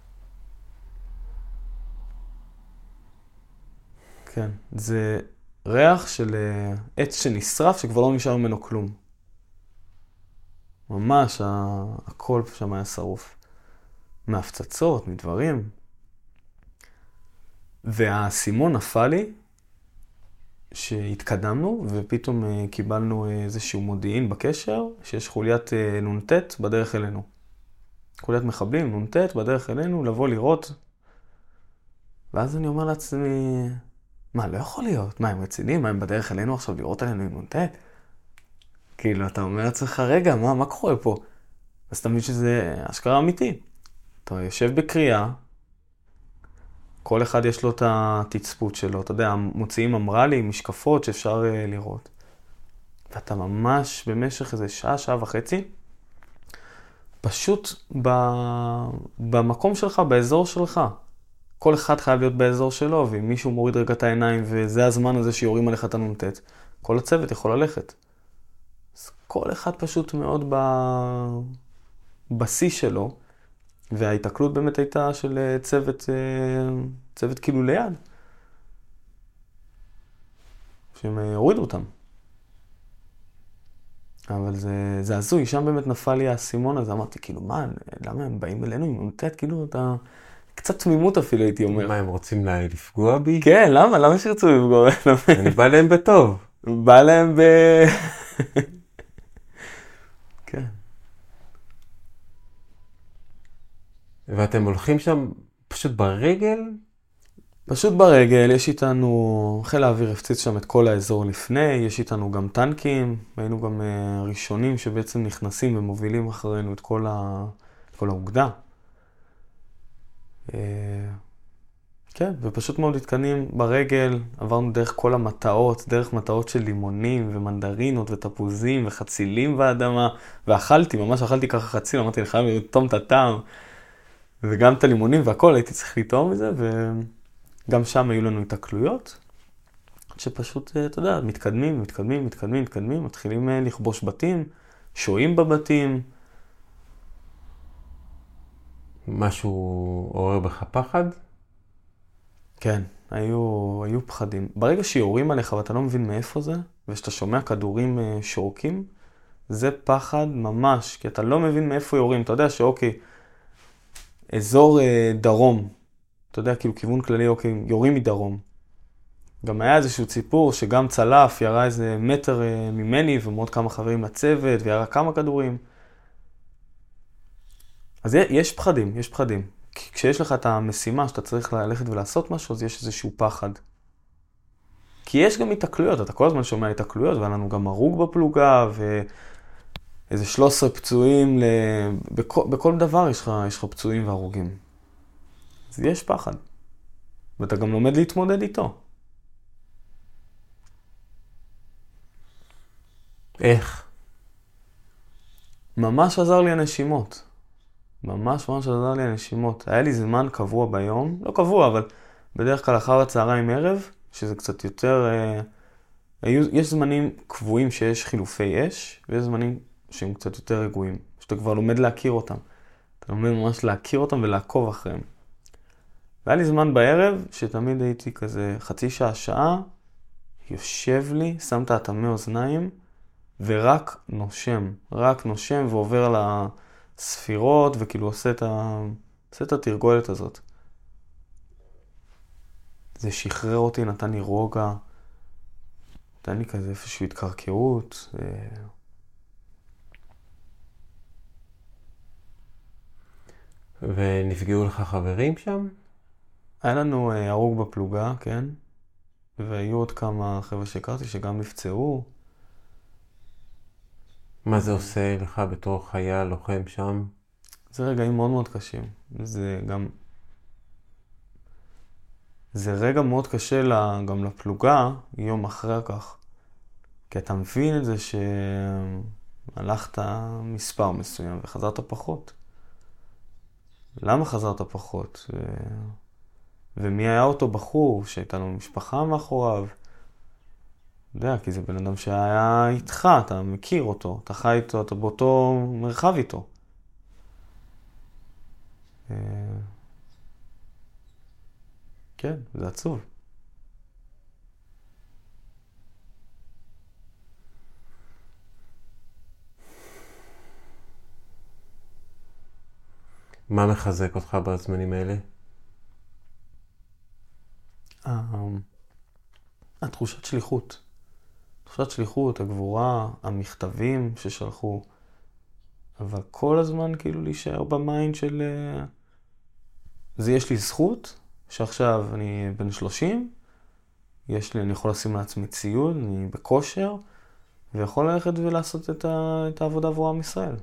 כן, זה ריח של עץ שנשרף שכבר לא נשאר ממנו כלום. ממש הכל שם היה שרוף. מהפצצות, מדברים. והסימון נפל לי שהתקדמנו ופתאום קיבלנו איזשהו מודיעין בקשר שיש חוליית נ"ט בדרך אלינו. חוליית מחבלים, נ"ט בדרך אלינו, לבוא לראות. ואז אני אומר לעצמי, מה, לא יכול להיות? מה, הם רציניים? מה, הם בדרך אלינו עכשיו לראות עלינו עם נ"ט? כאילו, אתה אומר לעצמך, רגע, מה קורה פה? אז אתה מבין שזה אשכרה אמיתי. אתה יושב בקריאה, כל אחד יש לו את התצפות שלו, אתה יודע, מוציאים אמרלים, משקפות שאפשר לראות. ואתה ממש במשך איזה שעה, שעה וחצי, פשוט במקום שלך, באזור שלך. כל אחד חייב להיות באזור שלו, ואם מישהו מוריד רגע את העיניים, וזה הזמן הזה שיורים עליך את הנ"ט, כל הצוות יכול ללכת. אז כל אחד פשוט מאוד בשיא שלו, וההתקלות באמת הייתה של צוות כאילו ליד, שהם הורידו אותם. אבל זה הזוי, שם באמת נפל לי האסימון הזה, אמרתי כאילו מה, למה הם באים אלינו עם נ"ט? כאילו אתה... קצת תמימות אפילו הייתי אומר. מה, הם רוצים לפגוע בי? כן, למה? למה שירצו לפגוע? אני בא להם בטוב. בא להם כן. ואתם הולכים שם פשוט ברגל? פשוט ברגל, יש איתנו, חיל האוויר הפציץ שם את כל האזור לפני, יש איתנו גם טנקים, היינו גם ראשונים שבעצם נכנסים ומובילים אחרינו את כל האוגדה. כן, ופשוט מאוד התקנים ברגל, עברנו דרך כל המטעות, דרך מטעות של לימונים ומנדרינות ותפוזים וחצילים באדמה, ואכלתי, ממש אכלתי ככה חציל, אמרתי, אני חייב לטום את הטעם, וגם את הלימונים והכל, הייתי צריך לטעום מזה, וגם שם היו לנו התקלויות, שפשוט, אתה יודע, מתקדמים, מתחילים לכבוש בתים, שוהים בבתים. משהו עורר בך פחד? כן, היו פחדים. ברגע שיורים עליך ואתה לא מבין מאיפה זה, ושאתה שומע כדורים שורקים, זה פחד ממש, כי אתה לא מבין מאיפה יורים. אתה יודע שאוקיי, אזור דרום, אתה יודע, כאילו כיוון כללי, אוקיי, יורים מדרום. גם היה איזשהו ציפור שגם צלף, ירה איזה מטר ממני ומאוד כמה חברים לצוות, וירה כמה כדורים. אז יש פחדים, יש פחדים. כי כשיש לך את המשימה שאתה צריך ללכת ולעשות משהו, אז יש איזשהו פחד. כי יש גם התקלויות, אתה כל הזמן שומע התקלויות, והיה לנו גם הרוג בפלוגה, ואיזה 13 פצועים, בכל דבר יש לך פצועים והרוגים. אז יש פחד. ואתה גם לומד להתמודד איתו. איך? ממש עזר לי הנשימות. ממש עזר לי הנשימות. היה לי זמן קבוע ביום, לא קבוע, אבל בדרך כלל אחר הצהריים ערב, שזה קצת יותר... יש זמנים קבועים שיש חילופי אש, ויש זמנים שהם קצת יותר רגועים, שאתה כבר לומד להכיר אותם. אתה לומד ממש להכיר אותם ולעקוב אחריהם. והיה לי זמן בערב, שתמיד הייתי כזה חצי שעה, יושב לי, שם את האטמי אוזניים, ורק נושם ועובר על הספירות, וכאילו עושה את התרגולת הזאת. זה שחרר אותי, נתן לי רוגע, נתן לי כזה איפשהו התקרקעות. ונפגעו לך חברים שם? היה לנו הרוג בפלוגה, כן? והיו עוד כמה חבר'ה שהכרתי שגם נפצעו. מה זה עושה לך בתור חייל לוחם שם? זה רגעים מאוד מאוד קשים. זה גם... זה רגע מאוד קשה גם לפלוגה, יום אחרי כך. כי אתה מבין את זה שהלכת מספר מסוים וחזרת פחות. למה חזרת פחות? ומי היה אותו בחור שהייתה לו משפחה מאחוריו? יודע, כי זה בן אדם שהיה איתך, אתה מכיר אותו, אתה חי איתו, אתה באותו מרחב איתו. כן, זה עצוב. מה מחזק אותך בזמנים האלה? התחושת שליחות. תחושת שליחות, הגבורה, המכתבים ששלחו. אבל כל הזמן כאילו להישאר במיינד של... זה יש לי זכות, שעכשיו אני בן 30, אני יכול לשים לעצמי ציוד, אני בכושר, ויכול ללכת ולעשות את העבודה עבור עם ישראל.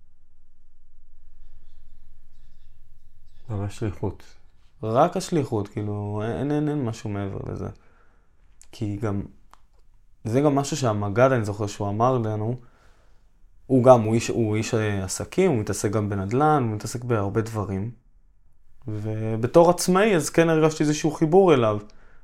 ממש שליחות. רק השליחות, כאילו, אין משהו מעבר לזה. כי גם, זה גם משהו שהמגד, אני זוכר שהוא אמר לנו, הוא איש עסקים, הוא מתעסק גם בנדל"ן, הוא מתעסק בהרבה דברים. ובתור עצמאי, אז כן הרגשתי איזשהו חיבור אליו.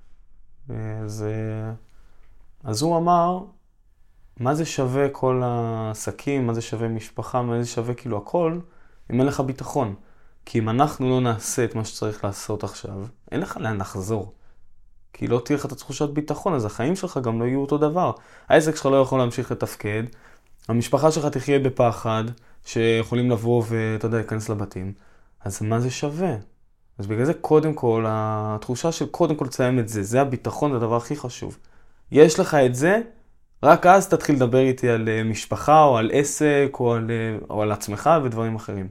אז הוא אמר, מה זה שווה כל העסקים, מה זה שווה משפחה, מה זה שווה כאילו הכל, אם אין לך ביטחון. כי אם אנחנו לא נעשה את מה שצריך לעשות עכשיו, אין לך לאן לחזור. כי לא תהיה לך את התחושת ביטחון, אז החיים שלך גם לא יהיו אותו דבר. העסק שלך לא יכול להמשיך לתפקד, המשפחה שלך תחיה בפחד, שיכולים לבוא ואתה יודע, להיכנס לבתים. אז מה זה שווה? אז בגלל זה קודם כל, התחושה של קודם כל לציין את זה, זה הביטחון, זה הדבר הכי חשוב. יש לך את זה, רק אז תתחיל לדבר איתי על משפחה או על עסק או על עצמך ודברים אחרים.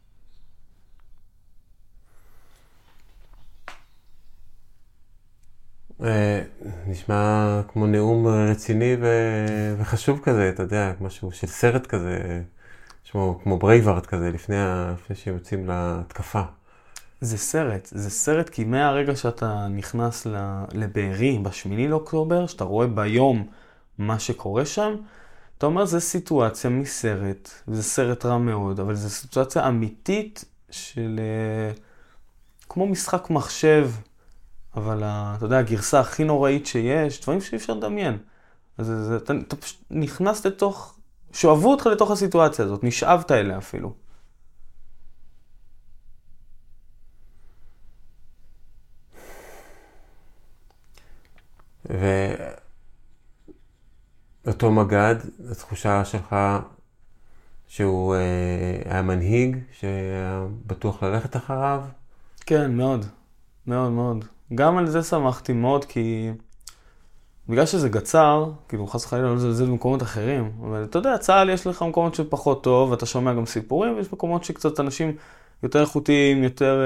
נשמע כמו נאום רציני וחשוב כזה, אתה יודע, משהו של סרט כזה, כמו ברייבארד כזה, לפני שיוצאים להתקפה. זה סרט כי מהרגע שאתה נכנס לבארי, ב8 לאוקטובר, שאתה רואה ביום מה שקורה שם, אתה אומר, זה סיטואציה מסרט, וזה סרט רע מאוד, אבל זו סיטואציה אמיתית של כמו משחק מחשב, אבל אתה יודע, הגרסה הכי נוראית שיש, דברים שאי אפשר לדמיין. אז אתה פשוט נכנס לתוך, שואבו אותך לתוך הסיטואציה הזאת, נשאבת אליה אפילו. ואותו מגד, התחושה שלך שהוא היה מנהיג, שהיה בטוח ללכת אחריו? כן, מאוד. מאוד מאוד. גם על זה שמחתי מאוד, כי בגלל שזה גצר, כאילו חס וחלילה לא לזלזל במקומות אחרים, אבל אתה יודע, צה"ל יש לך מקומות שפחות טוב, ואתה שומע גם סיפורים, ויש מקומות שקצת אנשים יותר איכותיים, יותר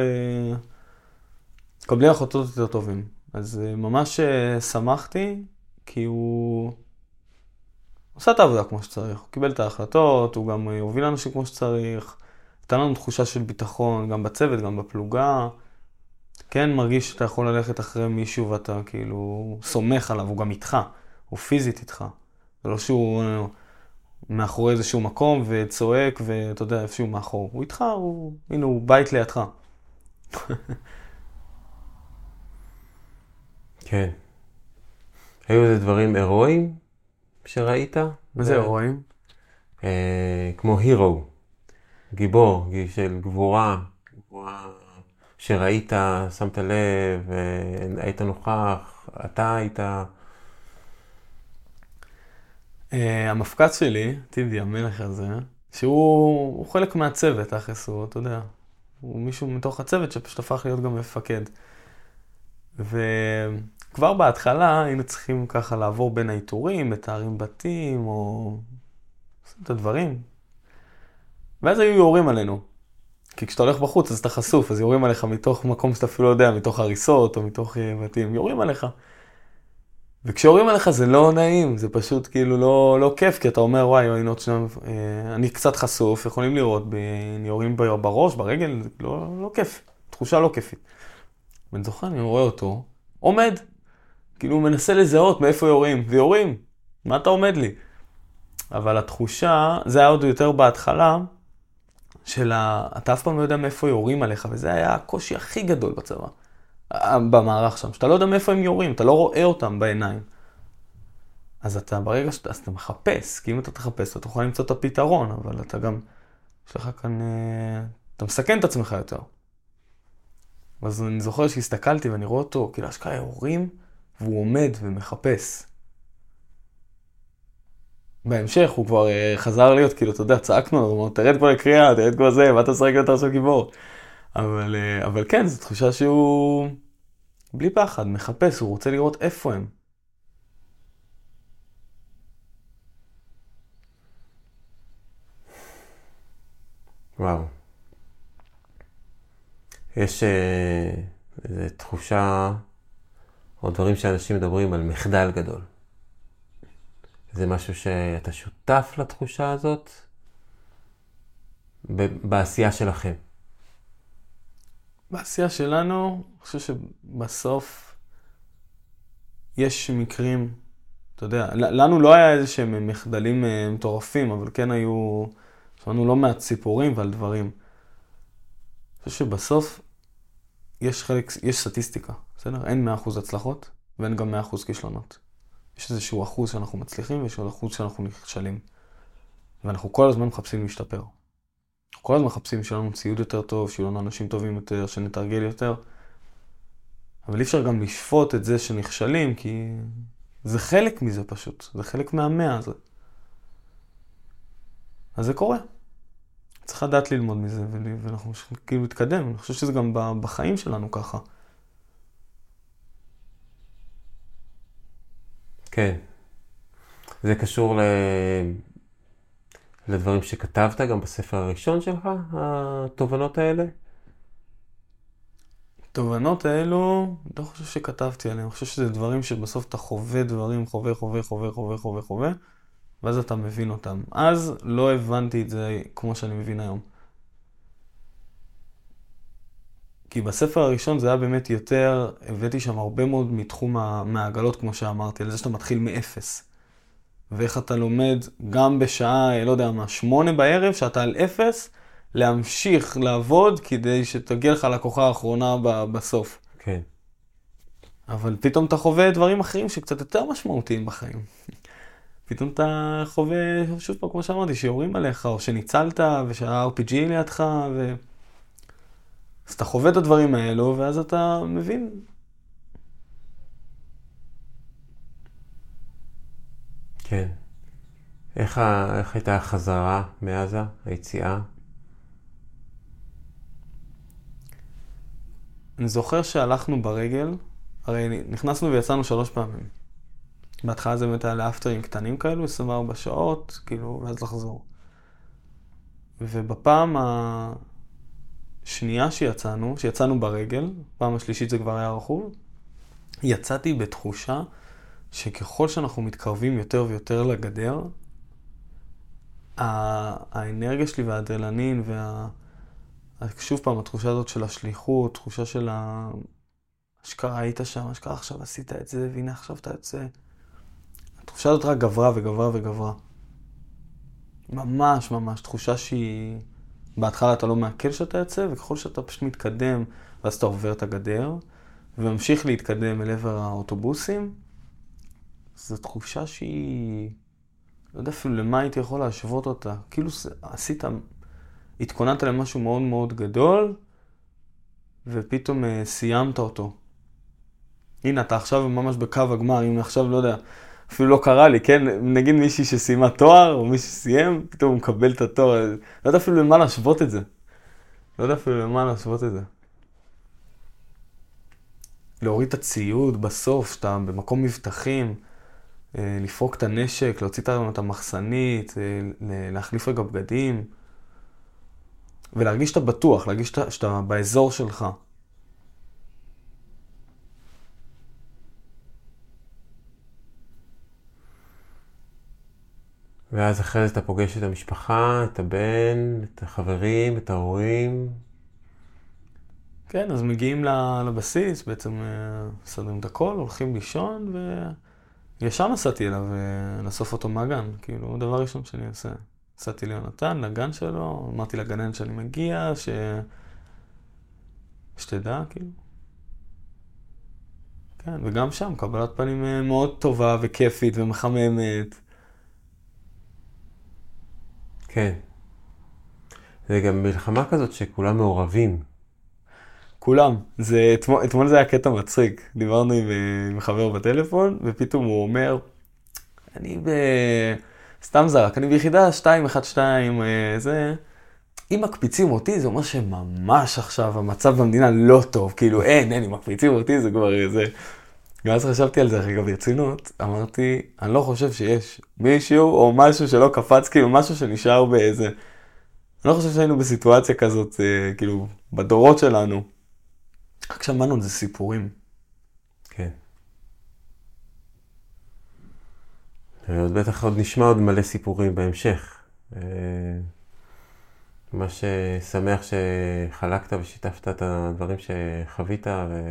קבלי החלטות יותר טובים. אז ממש שמחתי, כי הוא עושה את העבודה כמו שצריך. הוא קיבל את ההחלטות, הוא גם הוביל אנשים כמו שצריך, נתן לנו תחושה של ביטחון, גם בצוות, גם בפלוגה. כן מרגיש שאתה יכול ללכת אחרי מישהו ואתה כאילו סומך עליו, הוא גם איתך, הוא פיזית איתך. זה לא שהוא מאחורי איזשהו מקום וצועק ואתה יודע איפשהו מאחור. הוא איתך, הנה הוא בית לידך. כן. היו איזה דברים הירואיים שראית? מה זה הירואיים? כמו הירו, גיבור של גבורה שראית, שמת לב, היית נוכח, אתה היית... המפקד שלי, טיבי, המלך הזה, שהוא חלק מהצוות, אחס, הוא, אתה יודע, הוא מישהו מתוך הצוות שפשוט הפך להיות גם מפקד. וכבר בהתחלה היינו צריכים ככה לעבור בין האיתורים, מתארים בתים, או... את הדברים. ואז היו יורים עלינו. כי כשאתה הולך בחוץ אז אתה חשוף, אז יורים עליך מתוך מקום שאתה אפילו לא יודע, מתוך הריסות או מתוך בתים, יורים עליך. וכשיורים עליך זה לא נעים, זה פשוט כאילו לא כיף, כי אתה אומר, וואי, אני קצת חשוף, יכולים לראות, יורים בראש, ברגל, לא כיף, תחושה לא כיפית. ואני זוכר, אני רואה אותו, עומד. כאילו הוא מנסה לזהות מאיפה יורים, ויורים. מה אתה עומד לי? אבל התחושה, זה היה עוד יותר בהתחלה, אתה אף פעם לא יודע מאיפה יורים עליך, וזה היה הקושי הכי גדול בצבא, במערך שם, שאתה לא יודע מאיפה הם יורים, אתה לא רואה אותם בעיניים. אז אתה ברגע אתה מחפש, כי אם אתה תחפש, אתה תוכל למצוא את הפתרון, אבל אתה גם, יש לך כאן, אתה מסכן את עצמך יותר. אז אני זוכר שהסתכלתי ואני רואה אותו, כאילו אשכרה יורים, והוא עומד ומחפש. בהמשך הוא כבר חזר להיות, כאילו, אתה יודע, צעקנו, הוא אומר, תרד פה לקריאה, תרד פה זה, מה אתה שחק יותר עכשיו גיבור? אבל כן, זו תחושה שהוא בלי פחד, מחפש, הוא רוצה לראות איפה הם. וואו. יש איזו תחושה, או דברים שאנשים מדברים על מחדל גדול. זה משהו שאתה שותף לתחושה הזאת בעשייה שלכם. בעשייה שלנו, אני חושב שבסוף יש מקרים, אתה יודע, לנו לא היה איזה שהם מחדלים מטורפים, אבל כן היו, שמענו לא מעט סיפורים ועל דברים. אני חושב שבסוף יש סטטיסטיקה, בסדר? אין 100% הצלחות ואין גם 100% כישלונות. יש איזשהו אחוז שאנחנו מצליחים ויש עוד אחוז שאנחנו נכשלים. ואנחנו כל הזמן מחפשים להשתפר. כל הזמן מחפשים שיהיה לנו ציוד יותר טוב, שיהיו לנו אנשים טובים יותר, שנתרגל יותר. אבל אי אפשר גם לשפוט את זה שנכשלים, כי זה חלק מזה פשוט. זה חלק מהמאה הזה. אז זה קורה. צריך לדעת ללמוד מזה, ואנחנו כאילו מתקדם. אני חושב שזה גם בחיים שלנו ככה. כן. זה קשור לדברים שכתבת גם בספר הראשון שלך, התובנות האלה? התובנות האלו, לא חושב שכתבתי עליהם. אני חושב שזה דברים שבסוף אתה חווה דברים, חווה, ואז אתה מבין אותם. אז לא הבנתי את זה כמו שאני מבין היום. כי בספר הראשון זה היה באמת יותר, הבאתי שם הרבה מאוד מתחום מהעגלות, כמו שאמרתי, על זה שאתה מתחיל מאפס. ואיך אתה לומד גם בשעה, לא יודע מה, 8 בערב, שאתה על אפס, להמשיך לעבוד כדי שתגיע לך לכוחה האחרונה בסוף. כן. אבל פתאום אתה חווה דברים אחרים שקצת יותר משמעותיים בחיים. פתאום אתה חווה, שוב פעם, כמו שאמרתי, שיורים עליך, או שניצלת, ושה-RPG לידך, אז אתה חווה את הדברים האלו, ואז אתה מבין. כן. איך הייתה החזרה מעזה, היציאה? אני זוכר שהלכנו ברגל, הרי נכנסנו ויצאנו 3 פעמים. בהתחלה זה באמת היה לאפטרים קטנים כאלו, 24 שעות, כאילו, ואז לחזור. ובפעם השנייה שיצאנו ברגל, פעם השלישית זה כבר היה רכוב, יצאתי בתחושה שככל שאנחנו מתקרבים יותר ויותר לגדר, האנרגיה שלי והאדרנלין שוב פעם, התחושה הזאת של השליחות, תחושה של אשכרה היית שם, אשכרה עכשיו עשית את זה, והנה עכשיו אתה יוצא. התחושה הזאת רק גברה וגברה. ממש, תחושה שהיא, בהתחלה אתה לא מעכל שאתה יוצא, וככל שאתה פשוט מתקדם, ואז אתה עובר את הגדר, וממשיך להתקדם אל עבר האוטובוסים, זו תחושה שהיא, לא יודע אפילו למה הייתי יכול להשוות אותה. כאילו התכוננת למשהו מאוד מאוד גדול, ופתאום סיימת אותו. הנה, אתה עכשיו ממש בקו הגמר, אם עכשיו, לא יודע, אפילו לא קרה לי, כן? נגיד מישהי שסיימה תואר, או מישהי שסיים, פתאום הוא מקבל את התואר. לא יודע אפילו למה להשוות את זה. להוריד את הציוד בסוף, שאתה במקום מבטחים, לפרוק את הנשק, להוציא את המחסנית, להחליף רגע בגדים, ולהרגיש שאתה בטוח, להרגיש שאתה באזור שלך. ואז אחרי זה אתה פוגש את המשפחה, את הבן, את החברים, את ההורים. כן, אז מגיעים לבסיס, בעצם מסדרים את הכל, הולכים לישון, וישר נסעתי אליו לאסוף אותו מהגן. כאילו, דבר ראשון שאני עושה. נסעתי ליונתן, לגן שלו, אמרתי לגננת שאני מגיע, שתדע, כאילו. כן, וגם שם, קבלת פנים מאוד טובה וכיפית ומחממת. כן. זה גם מלחמה כזאת שכולם מעורבים. כולם. אתמול זה היה קטע מצחיק. דיברנו עם חבר בטלפון, ופתאום הוא אומר, אני סתם זרק, אני ביחידה 212, זה... אם מקפיצים אותי, זה אומר שממש עכשיו המצב במדינה לא טוב. כאילו, אין, אם מקפיצים אותי, זה כבר איזה... ואז חשבתי על זה רגע ברצינות, אמרתי, אני לא חושב שיש מישהו או משהו שלא קפץ, כאילו משהו שנשאר באיזה... אני לא חושב שהיינו בסיטואציה כזאת, כאילו, בדורות שלנו. רק שמענו על זה סיפורים. כן. בטח עוד נשמע עוד מלא סיפורים בהמשך. ממש שמח שחלקת ושיתפת את הדברים שחווית,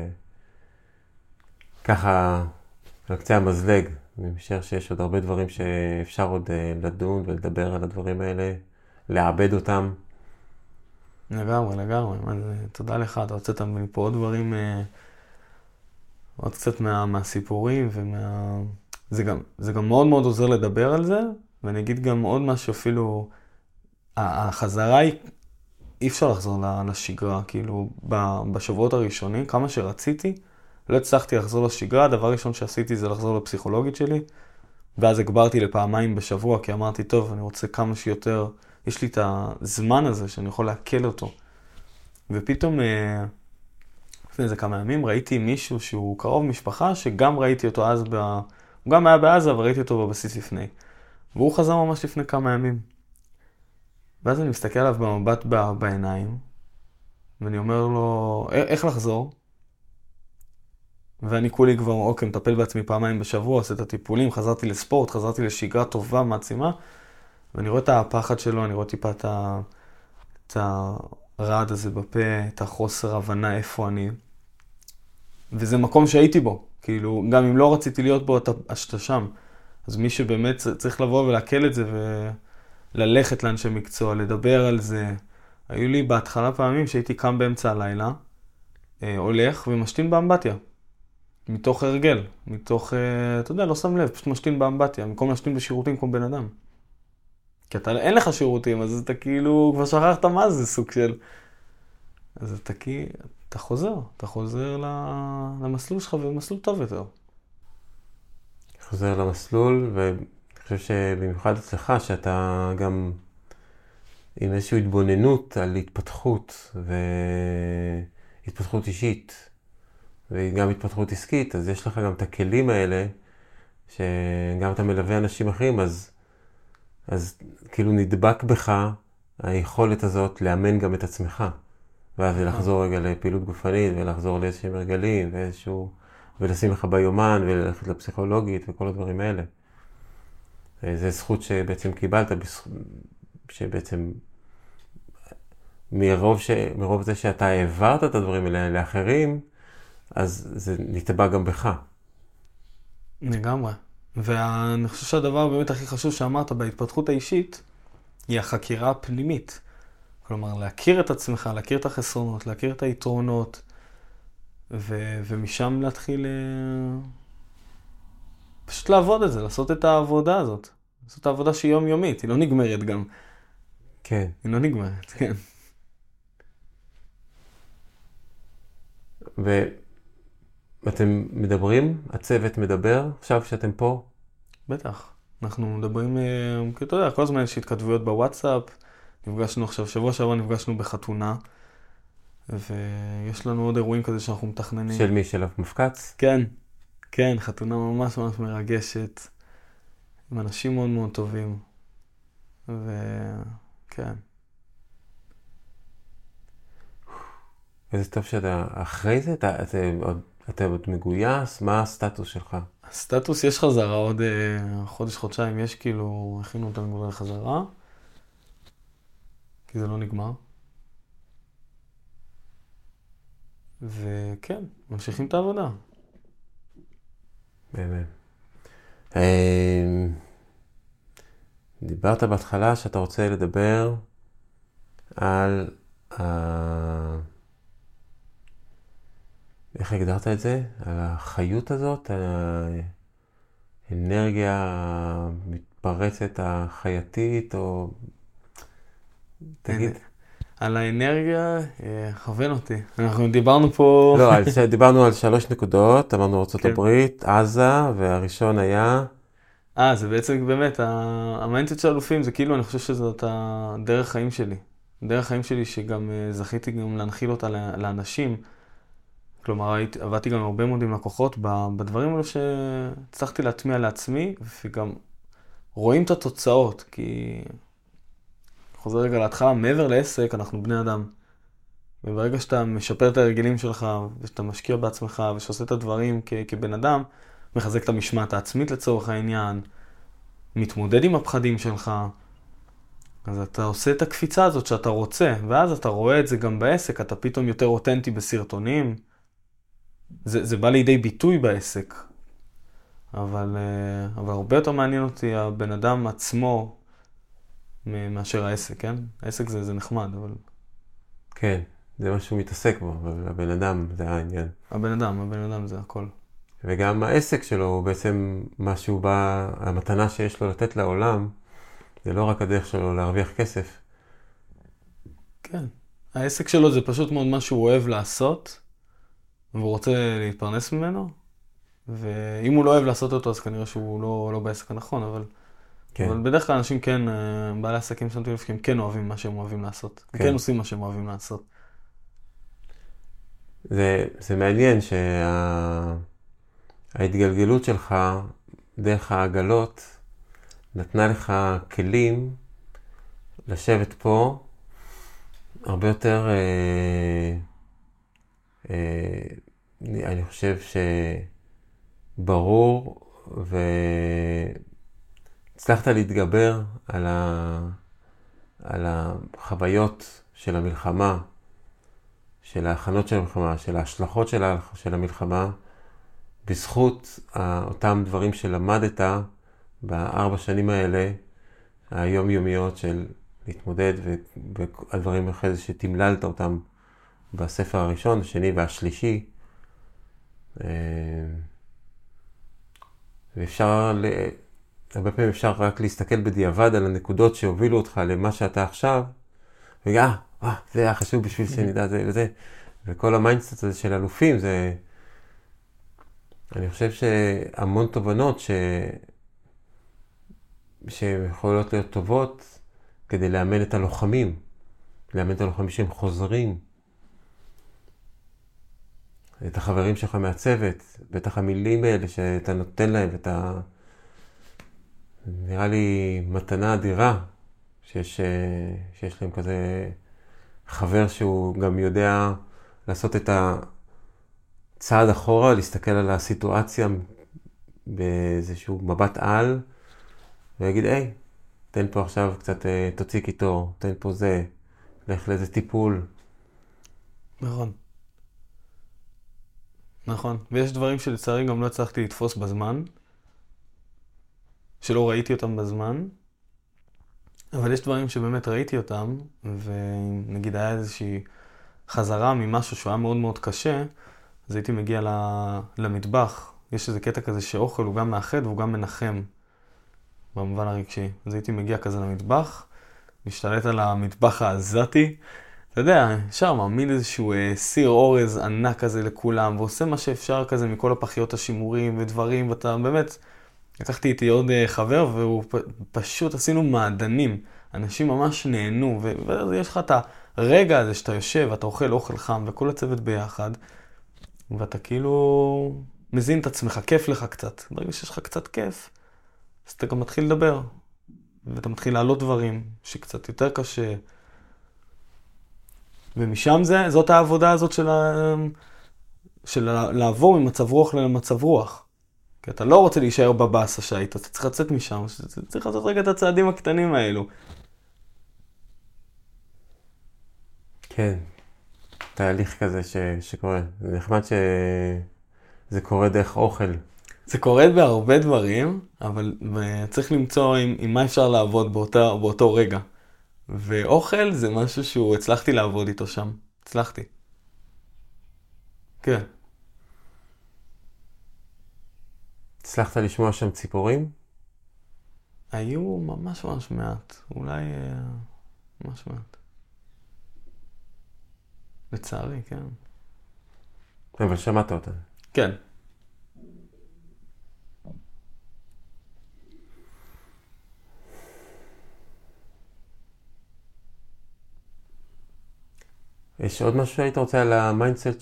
וככה על קצה המזלג. אני משער שיש עוד הרבה דברים שאפשר עוד לדון ולדבר על הדברים האלה, לעבד אותם. לגמרי. תודה לך, אתה הוצאת מפה עוד דברים, עוד קצת מהסיפורים, זה גם מאוד מאוד עוזר לדבר על זה, ואני אגיד גם עוד משהו, אפילו החזרה היא, אי אפשר לחזור לשגרה, כאילו בשבועות הראשונים, כמה שרציתי, לא הצלחתי לחזור לשגרה, הדבר הראשון שעשיתי זה לחזור לפסיכולוגית שלי, ואז הגברתי לפעמיים בשבוע, כי אמרתי, טוב, אני רוצה כמה שיותר, יש לי את הזמן הזה שאני יכול להקל אותו. ופתאום, לפני איזה כמה ימים, ראיתי מישהו שהוא קרוב משפחה, שגם ראיתי אותו אז, הוא גם היה בעזה, אבל ראיתי אותו בבסיס לפני. והוא חזר ממש לפני כמה ימים. ואז אני מסתכל עליו במבט בעיניים, ואני אומר לו, איך לחזור? ואני כולי כבר, אוקיי, מטפל בעצמי פעמיים בשבוע, עושה את הטיפולים, חזרתי לספורט, חזרתי לשגרה טובה, מעצימה, ואני רואה את הפחד שלו, אני רואה טיפה את הרעד הזה בפה, את החוסר הבנה איפה אני. וזה מקום שהייתי בו, כאילו, גם אם לא רציתי להיות בו, אתה שם. אז מי שבאמת צריך לבוא ולהקל את זה וללכת לאנשי מקצוע, לדבר על זה. היו לי בהתחלה פעמים שהייתי קם באמצע הלילה, הולך ומשתין באמבטיה. מתוך הרגל, אתה יודע, לא שם לב, פשוט משתין באמבטיה, במקום להשתין בשירותים כמו בן אדם. כי אין לך שירותים, אז אתה כאילו, כבר שכחת מה זה סוג של... אז אתה חוזר למסלול שלך, ומסלול טוב יותר. חוזר למסלול, ואני חושב שבמיוחד אצלך, שאתה גם עם איזושהי התבוננות על התפתחות, והתפתחות אישית, וגם התפתחות עסקית, אז יש לך גם את הכלים האלה, שגם אתה מלווה אנשים אחרים, אז כאילו נדבק בך היכולת הזאת לאמן גם את עצמך. ואז לחזור רגע לפעילות גופנית, ולחזור לאיזשהם הרגלים, ולשים לך ביומן, וללכת לפסיכולוגית, וכל הדברים האלה. זה זכות שבעצם קיבלת, שבעצם מרוב זה שאתה העברת את הדברים האלה לאחרים, אז זה נתבע גם בך. לגמרי. ואני חושב שהדבר באמת הכי חשוב שאמרת בהתפתחות האישית, היא החקירה הפנימית. כלומר, להכיר את עצמך, להכיר את החסרונות, להכיר את היתרונות, ומשם להתחיל פשוט לעבוד את זה, לעשות את העבודה הזאת. לעשות את העבודה שהיא יומיומית, היא לא נגמרת גם. כן. היא לא נגמרת, כן. ואתם מדברים? הצוות מדבר עכשיו שאתם פה? בטח. אנחנו מדברים, אתה יודע, כל הזמן יש התכתבויות בוואטסאפ, נפגשנו עכשיו, שבוע שעבר נפגשנו בחתונה, ויש לנו עוד אירועים כזה שאנחנו מתכננים. של מי? של המפקץ? כן, חתונה ממש ממש מרגשת, עם אנשים מאוד מאוד טובים, וכן. איזה טוב שאתה אחרי זה, אתה עוד מגויס, מה הסטטוס שלך? הסטטוס, יש חזרה עוד חודש-חודשיים, יש כאילו, הכינו אותנו לחזרה, כי זה לא נגמר. וכן, ממשיכים את העבודה. באמת. דיברת בהתחלה שאתה רוצה לדבר על איך הגדרת את זה? על החיות הזאת, על האנרגיה המתפרצת החייתית, או... תגיד. על האנרגיה, כוון אותי. אנחנו דיברנו פה... לא, דיברנו על 3 נקודות, אמרנו ארצות הברית, עזה, והראשון היה... זה בעצם באמת, המיינדסט של אלופים זה כאילו, אני חושב שזאת הדרך חיים שלי. דרך חיים שלי שגם זכיתי גם להנחיל אותה לאנשים. כלומר, עבדתי גם הרבה מאוד עם לקוחות בדברים האלו שהצלחתי להטמיע לעצמי, וגם רואים את התוצאות, כי חוזר רגע להתחלה, מעבר לעסק, אנחנו בני אדם. וברגע שאתה משפר את הרגלים שלך, ושאתה משקיע בעצמך, ושעושה את הדברים כבן אדם, מחזק את המשמעת העצמית לצורך העניין, מתמודד עם הפחדים שלך, אז אתה עושה את הקפיצה הזאת שאתה רוצה, ואז אתה רואה את זה גם בעסק, אתה פתאום יותר אותנטי בסרטונים, זה בא לידי ביטוי בעסק. אבל הרבה יותר מעניין אותי הבן אדם עצמו מאשר העסק, כן? העסק זה נחמד, אבל... כן, זה מה שהוא מתעסק בו, אבל הבן אדם זה העניין. הבן אדם זה הכל. וגם העסק שלו הוא בעצם משהו בא, המתנה שיש לו לתת לעולם, זה לא רק הדרך שלו להרוויח כסף. כן. העסק שלו זה פשוט מאוד מה שהוא אוהב לעשות, והוא רוצה להתפרנס ממנו, ואם הוא לא אוהב לעשות אותו, אז כנראה שהוא לא בעסק הנכון, אבל בדרך כלל אנשים כן, בעלי עסקים שמתי לב, הם כן אוהבים מה שהם אוהבים לעשות. הם כן עושים מה שהם אוהבים לעשות. זה מעניין שההתגלגלות שלך דרך העגלות נתנה לך כלים לשבת פה הרבה יותר, אני חושב שברור, והצלחת להתגבר על החוויות של המלחמה, של ההכנות של המלחמה, של ההשלכות של המלחמה, בזכות אותם דברים שלמדת ב4 שנים האלה, היומיומיות של להתמודד, והדברים אחרי זה שתמללת אותם בספר הראשון, השני והשלישי. ואפשר, הרבה פעמים אפשר רק להסתכל בדיעבד על הנקודות שהובילו אותך למה שאתה עכשיו, וגם, זה היה חשוב בשביל שנדע זה וזה. וכל המיינדסט הזה של אלופים, זה... אני חושב שהמון תובנות שיכולות להיות טובות כדי לאמן את הלוחמים. לאמן את הלוחמים שהם חוזרים. את החברים שלך מהצוות, בטח המילים האלה שאתה נותן להם, נראה לי מתנה אדירה שיש להם כזה חבר שהוא גם יודע לעשות את הצעד אחורה, להסתכל על הסיטואציה באיזשהו מבט על, ויגיד, תן פה עכשיו קצת, תוציא קיטור, תן פה זה, לך לאיזה טיפול. נכון, ויש דברים שלצערי גם לא הצלחתי לתפוס בזמן, שלא ראיתי אותם בזמן, אבל יש דברים שבאמת ראיתי אותם, ונגיד היה איזושהי חזרה ממשהו שהוא היה מאוד מאוד קשה, אז הייתי מגיע למטבח. יש איזה קטע כזה שאוכל הוא גם מאחד והוא גם מנחם, במובן הרגשי. אז הייתי מגיע כזה למטבח, משתלט על המטבח העזתי, אתה יודע, אפשר מעמיד איזשהו סיר אורז ענק כזה לכולם, ועושה מה שאפשר כזה מכל הפחיות השימורים ודברים, ואתה באמת, לקחתי איתי עוד חבר, והוא פשוט עשינו מעדנים, אנשים ממש נהנו, ויש לך את הרגע הזה שאתה יושב, ואתה אוכל אוכל חם, וכל הצוות ביחד, ואתה כאילו מזין את עצמך, כיף לך קצת. ברגע שיש לך קצת כיף, אז אתה גם מתחיל לדבר, ואתה מתחיל לעלות דברים שקצת יותר קשה, ומשם זאת העבודה הזאת של לעבור ממצב רוח למצב רוח. כי אתה לא רוצה להישאר בבאסה שהיית, אתה צריך לצאת משם, צריך לעשות רגע את הצעדים הקטנים האלו. כן. תהליך כזה שקורה. זה נחמד שזה קורה דרך אוכל. זה קורה בהרבה דברים, אבל צריך למצוא עם מה אפשר לעבוד באותו רגע. ואוכל זה משהו שהוא הצלחתי לעבוד איתו שם. הצלחתי. כן. הצלחת לשמוע שם ציפורים? היו ממש ממש מעט. אולי ממש מעט. לצערי, כן. אבל שמעת אותן. כן. יש עוד משהו שהיית רוצה על המיינדסט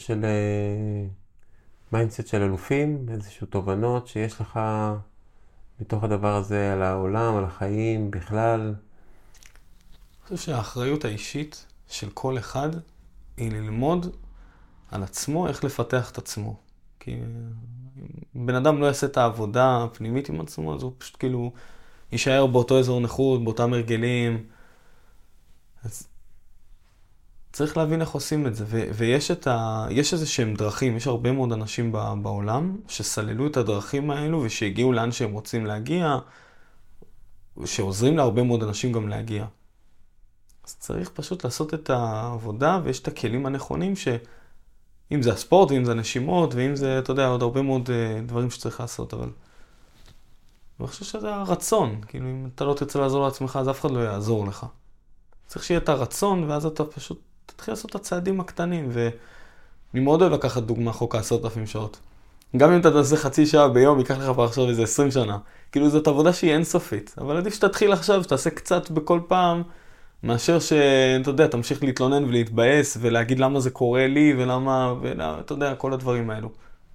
של אלופים? איזשהו תובנות שיש לך מתוך הדבר הזה על העולם, על החיים בכלל? אני חושב שהאחריות האישית של כל אחד היא ללמוד על עצמו איך לפתח את עצמו. כי בן אדם לא יעשה את העבודה הפנימית עם עצמו, אז הוא פשוט כאילו יישאר באותו אזור נוחות, באותם הרגלים. אז צריך להבין איך עושים את זה. ויש איזה שהם דרכים, יש הרבה מאוד אנשים בעולם שסללו את הדרכים האלו ושהגיעו לאן שהם רוצים להגיע, שעוזרים להרבה מאוד אנשים גם להגיע. אז צריך פשוט לעשות את העבודה, ויש את הכלים הנכונים אם זה הספורט, ואם זה הנשימות, ואם זה, אתה יודע, עוד הרבה מאוד דברים שצריך לעשות, אבל אני חושב שזה הרצון. כאילו, אם אתה לא תרצה לעזור לעצמך, אז אף אחד לא יעזור לך. צריך שיהיה את הרצון, ואז אתה פשוט תתחיל לעשות את הצעדים הקטנים, ואני מאוד אוהב לקחת דוגמה חוק 10,000 שעות. גם אם אתה תעשה חצי שעה ביום, ייקח לך פה עכשיו איזה 20 שנה. כאילו, זאת עבודה שהיא אינסופית, אבל עדיף שתתחיל עכשיו, שתעשה קצת בכל פעם, מאשר שאתה יודע, תמשיך להתלונן ולהתבאס ולהגיד למה זה קורה לי ולמה, אתה יודע, כל הדברים האלו.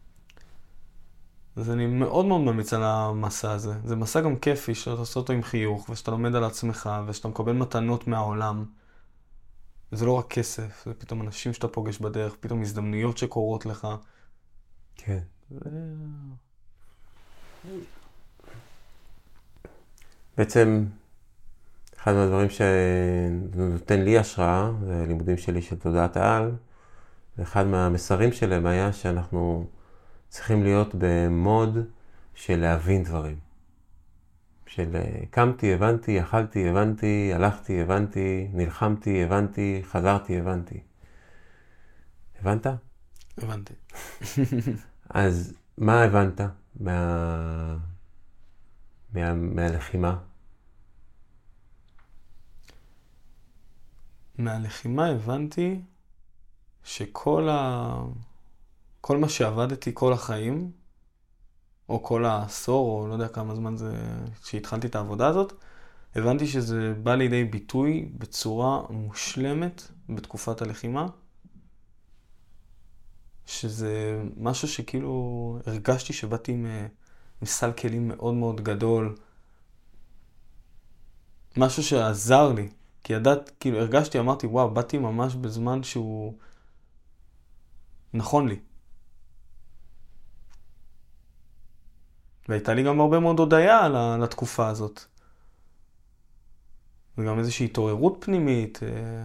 אז אני מאוד מאוד ממליץ על המסע הזה. זה מסע גם כיפי שאתה עושה אותו עם חיוך, ושאתה לומד על עצמך, ושאתה מקבל מתנות מהעולם. וזה לא רק כסף, זה פתאום אנשים שאתה פוגש בדרך, פתאום הזדמנויות שקורות לך. כן. בעצם אחד מהדברים שנותן לי השראה, זה לימודים שלי של תודעת העל, ואחד מהמסרים שלהם היה שאנחנו צריכים להיות במוד של להבין דברים. של קמתי, הבנתי, אכלתי, הבנתי, הלכתי, הבנתי, נלחמתי, הבנתי, חזרתי, הבנתי. הבנת? הבנתי. אז מה הבנת מהלחימה? מהלחימה הבנתי שכל כל מה שעבדתי כל החיים, או כל העשור, או לא יודע כמה זמן זה שהתחלתי את העבודה הזאת, הבנתי שזה בא לידי ביטוי בצורה מושלמת בתקופת הלחימה, שזה משהו שכאילו הרגשתי שבאתי עם סל כלים מאוד מאוד גדול, משהו שעזר לי, כי כאילו הרגשתי, אמרתי, וואו, באתי ממש בזמן שהוא נכון לי. והייתה לי גם הרבה מאוד הודיה לתקופה הזאת. וגם איזושהי התעוררות פנימית.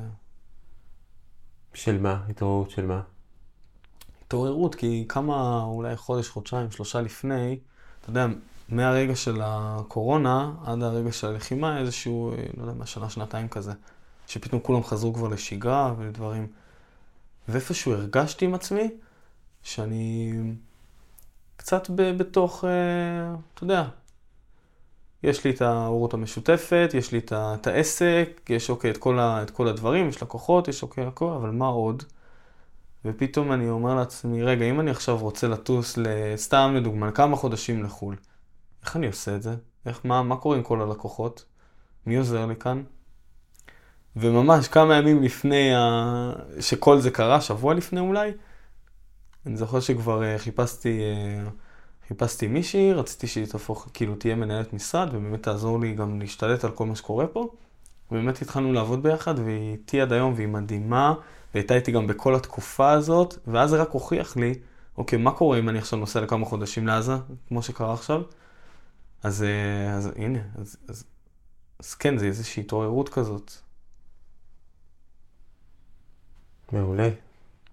של מה? התעוררות של מה? התעוררות, כי כמה, אולי חודש, חודשיים, 3 לפני, אתה יודע, מהרגע של הקורונה עד הרגע של הלחימה, איזשהו, לא יודע, מהשנה, שנתיים כזה, שפתאום כולם חזרו כבר לשגרה ולדברים. ואיפשהו הרגשתי עם עצמי, שאני קצת בתוך, אתה יודע, יש לי את ההורות המשותפת, יש לי את העסק, יש אוקיי, את כל הדברים, יש לקוחות, יש אוקיי הכל, אבל מה עוד? ופתאום אני אומר לעצמי, רגע, אם אני עכשיו רוצה לטוס סתם לדוגמה, כמה חודשים לחול, איך אני עושה את זה? מה קורה עם כל הלקוחות? מי עוזר לי כאן? וממש כמה ימים לפני שכל זה קרה, שבוע לפני אולי, אני זוכר שכבר חיפשתי מישהי, רציתי שהיא תהפוך, כאילו תהיה מנהלת משרד, ובאמת תעזור לי גם להשתלט על כל מה שקורה פה. ובאמת התחלנו לעבוד ביחד, והיא איתי עד היום, והיא מדהימה, והייתה איתי גם בכל התקופה הזאת, ואז זה רק הוכיח לי, אוקיי, מה קורה אם אני עכשיו נוסע לכמה חודשים לעזה, כמו שקרה עכשיו? אז הנה, אז כן, זה איזושהי התעוררות כזאת. מעולה.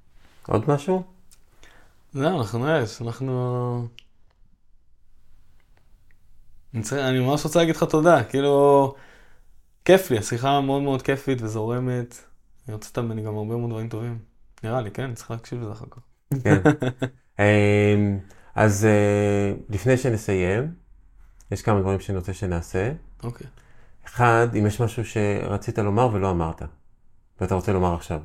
עוד משהו? זהו, אני ממש רוצה להגיד לך תודה, כאילו, כיף לי, השיחה מאוד מאוד כיפית וזורמת. אני רוצה ממני גם הרבה מאוד דברים טובים. נראה לי, כן? צריך להקשיב לזה אחר כך. כן. אז לפני שנסיים, יש כמה דברים שאני רוצה שנעשה. אוקיי. אחד, אם יש משהו שרצית לומר ולא אמרת, ואתה רוצה לומר עכשיו.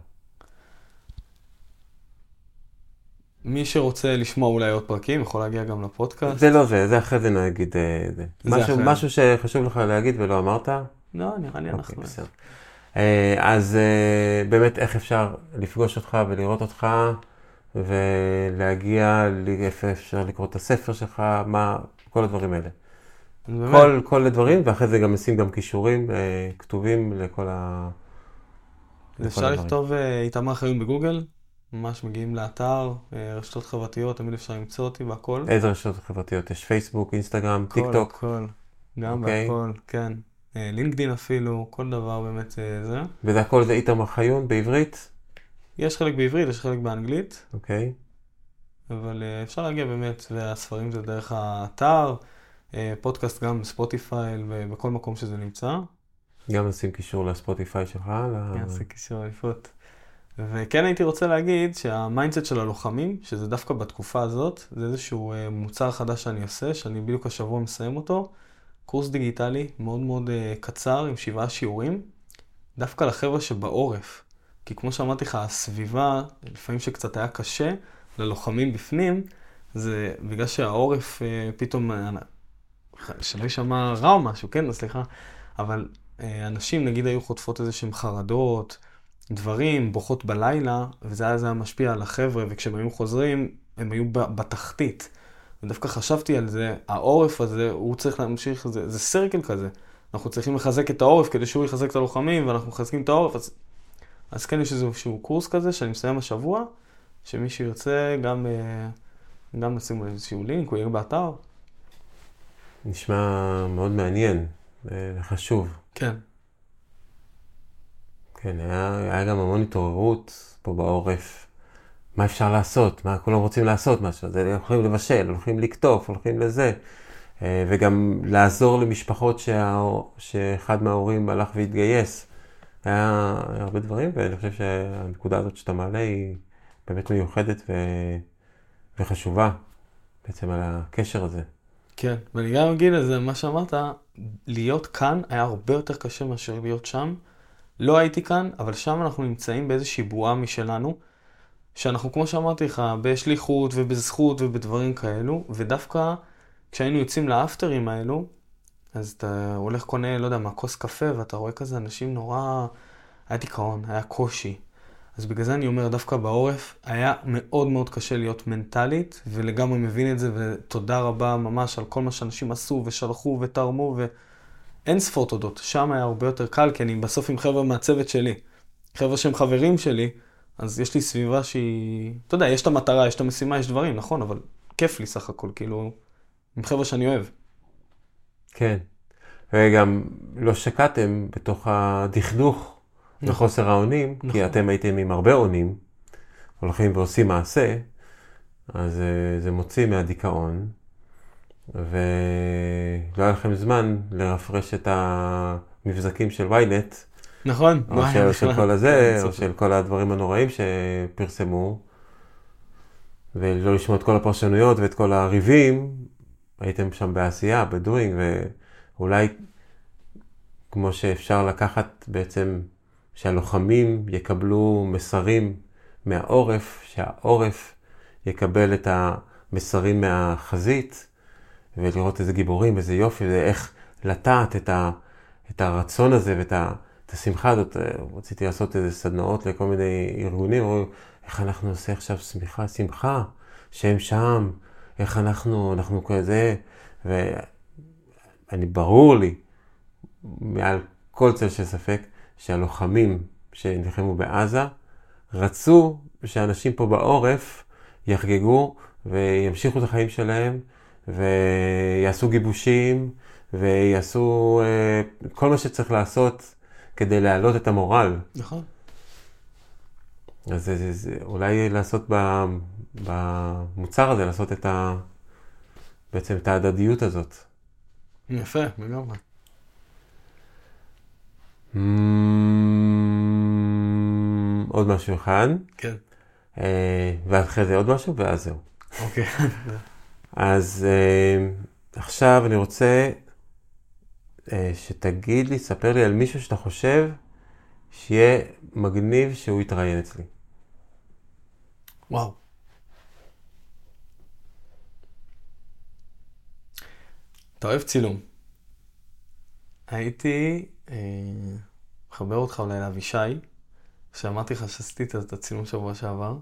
מי שרוצה לשמוע אולי עוד פרקים, יכול להגיע גם לפודקאסט. זה לא זה אחרי זה נגיד זה. משהו שחשוב לך להגיד ולא אמרת? לא, נראה לי אנחנו. בסדר. אז באמת איך אפשר לפגוש אותך ולראות אותך, ולהגיע לאיפה אפשר לקרוא את הספר שלך, כל הדברים האלה. כל הדברים, ואחרי זה גם נשים גם קישורים כתובים לכל אפשר לכתוב איתמר חיון בגוגל, ממש מגיעים לאתר, רשתות חברתיות, תמיד אפשר למצוא אותי והכל. איזה רשתות חברתיות? יש פייסבוק, אינסטגרם, טיק טוק? הכל, גם בהכל, כן. לינקדין אפילו, כל דבר באמת זה. וזה הכל זה איתמר חיון בעברית? יש חלק בעברית, יש חלק באנגלית. אוקיי. אבל אפשר להגיע באמת, והספרים זה דרך האתר, פודקאסט גם בספוטיפיי ובכל מקום שזה נמצא. גם נשים קישור לספוטיפיי שלך. נשים קישור לפות. וכן הייתי רוצה להגיד שהמיינדסט של הלוחמים, שזה דווקא בתקופה הזאת, זה איזשהו מוצר חדש שאני עושה, שאני בדיוק השבוע מסיים אותו. קורס דיגיטלי מאוד מאוד קצר עם 7 שיעורים, דווקא לחבר'ה שבעורף. כי כמו שאמרתי לך, הסביבה, לפעמים שקצת היה קשה, ללוחמים בפנים, זה בגלל שהעורף פתאום, שלא יישמע רע או משהו, כן, סליחה, אבל אנשים נגיד היו חוטפות איזה שהם חרדות, דברים, בוכות בלילה, וזה היה משפיע על החבר'ה, וכשהם היו חוזרים, הם היו בתחתית. ודווקא חשבתי על זה, העורף הזה, הוא צריך להמשיך, זה סרקל כזה. אנחנו צריכים לחזק את העורף כדי שהוא יחזק את הלוחמים, ואנחנו מחזקים את העורף. אז כן, יש איזשהו קורס כזה שאני מסיים השבוע, שמי שירצה גם נשים לו איזשהו לינק, הוא יהיה באתר. נשמע מאוד מעניין, חשוב. כן. כן, היה גם המון התעוררות פה בעורף. מה אפשר לעשות? מה כולם רוצים לעשות משהו? זה הולכים לבשל, הולכים לקטוף, הולכים לזה. וגם לעזור למשפחות שאחד מההורים הלך והתגייס. היה הרבה דברים, ואני חושב שהנקודה הזאת שאתה מעלה היא באמת מיוחדת וחשובה בעצם על הקשר הזה. כן, ואני גם אגיד לזה, מה שאמרת, להיות כאן היה הרבה יותר קשה מאשר להיות שם. לא הייתי כאן, אבל שם אנחנו נמצאים באיזושהי בועה משלנו, שאנחנו, כמו שאמרתי לך, בשליחות ובזכות ובדברים כאלו, ודווקא כשהיינו יוצאים לאפטרים האלו, אז אתה הולך קונה, לא יודע מה, כוס קפה, ואתה רואה כזה אנשים נורא, היה דיכאון, היה קושי. אז בגלל זה אני אומר, דווקא בעורף, היה מאוד מאוד קשה להיות מנטלית, ולגמרי מבין את זה, ותודה רבה ממש על כל מה שאנשים עשו ושלחו ותרמו, ואין ספור תודות. שם היה הרבה יותר קל, כי אני בסוף עם חבר'ה מהצוות שלי. חבר'ה שהם חברים שלי, אז יש לי סביבה שהיא, אתה יודע, יש את המטרה, יש את המשימה, יש דברים, נכון, אבל כיף לי סך הכל, כאילו, עם חבר'ה שאני אוהב. כן, וגם לא שקעתם בתוך הדכדוך וחוסר האונים, כי אתם הייתם עם הרבה אונים, הולכים ועושים מעשה, אז זה מוציא מהדיכאון, ולא היה לכם זמן לרפרש את המבזקים של ynet, נכון. או של כל הזה, או של כל הדברים הנוראים שפרסמו, ולא לשמוע את כל הפרשנויות ואת כל הריבים, הייתם שם בעשייה, בדוינג, ואולי כמו שאפשר לקחת בעצם שהלוחמים יקבלו מסרים מהעורף, שהעורף יקבל את המסרים מהחזית, ולראות איזה גיבורים, איזה יופי, ואיך לטעת את הרצון הזה ואת השמחה הזאת. רציתי לעשות איזה סדנאות לכל מיני ארגונים, או איך אנחנו עושה עכשיו שמחה, שהם שם, איך אנחנו כזה, ואני ברור לי, מעל כל צל של ספק, שהלוחמים שנלחמו בעזה, רצו שאנשים פה בעורף יחגגו וימשיכו את החיים שלהם, ויעשו גיבושים, ויעשו כל מה שצריך לעשות כדי להעלות את המורל. נכון. אז אולי לעשות במוצר הזה, לעשות בעצם את ההדדיות הזאת. יפה, לגמרי. עוד משהו אחד. כן. ואחרי זה עוד משהו, ואז זהו. אוקיי. אז עכשיו אני רוצה שתגיד לי, ספר לי על מישהו שאתה חושב שיהיה מגניב שהוא יתראיין אצלי. וואו. אתה אוהב צילום. הייתי מחבר אותך אולי לאבישי, שאמרתי לך שעשיתי את הצילום שבוע שעבר.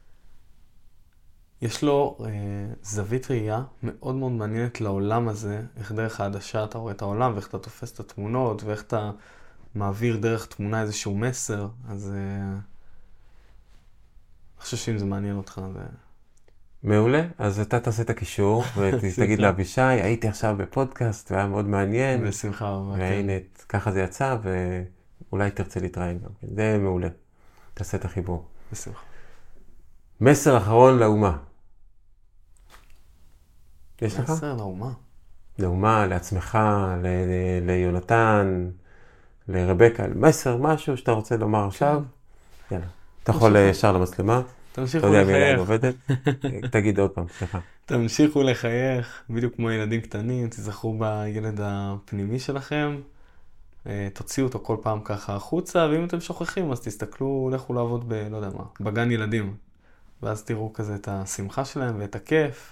יש לו זווית ראייה מאוד מאוד מעניינת לעולם הזה, איך דרך העדשה אתה רואה את העולם, ואיך אתה תופס את התמונות, ואיך אתה מעביר דרך תמונה איזשהו מסר. אז אני חושב שאם זה מעניין אותך, זה... מעולה, אז אתה תעשה את הקישור, ותגיד לאבישי, הייתי עכשיו בפודקאסט, והיה מאוד מעניין. בשמחה רבה. והנה, ככה זה יצא, ואולי תרצה להתראיין גם. זה מעולה. תעשה את החיבור. בשמחה. מסר אחרון לאומה. יש לך? מסר לאומה. לאומה, לעצמך, ליונתן, לרבקה, מסר, משהו שאתה רוצה לומר עכשיו. יאללה. אתה יכול ישר למצלמה. תמשיכו אתה יודע לחייך. מי עובדת? תגיד עוד פעם, סליחה. תמשיכו לחייך, בדיוק כמו ילדים קטנים, תזכרו בילד הפנימי שלכם. תוציאו אותו כל פעם ככה החוצה, ואם אתם שוכחים, אז תסתכלו, לכו לעבוד לא יודע מה, בגן ילדים. ואז תראו כזה את השמחה שלהם ואת הכיף.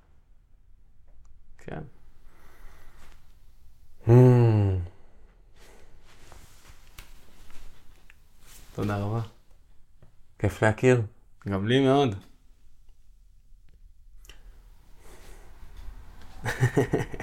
כן. תודה רבה. כיף להכיר. גם לי מאוד.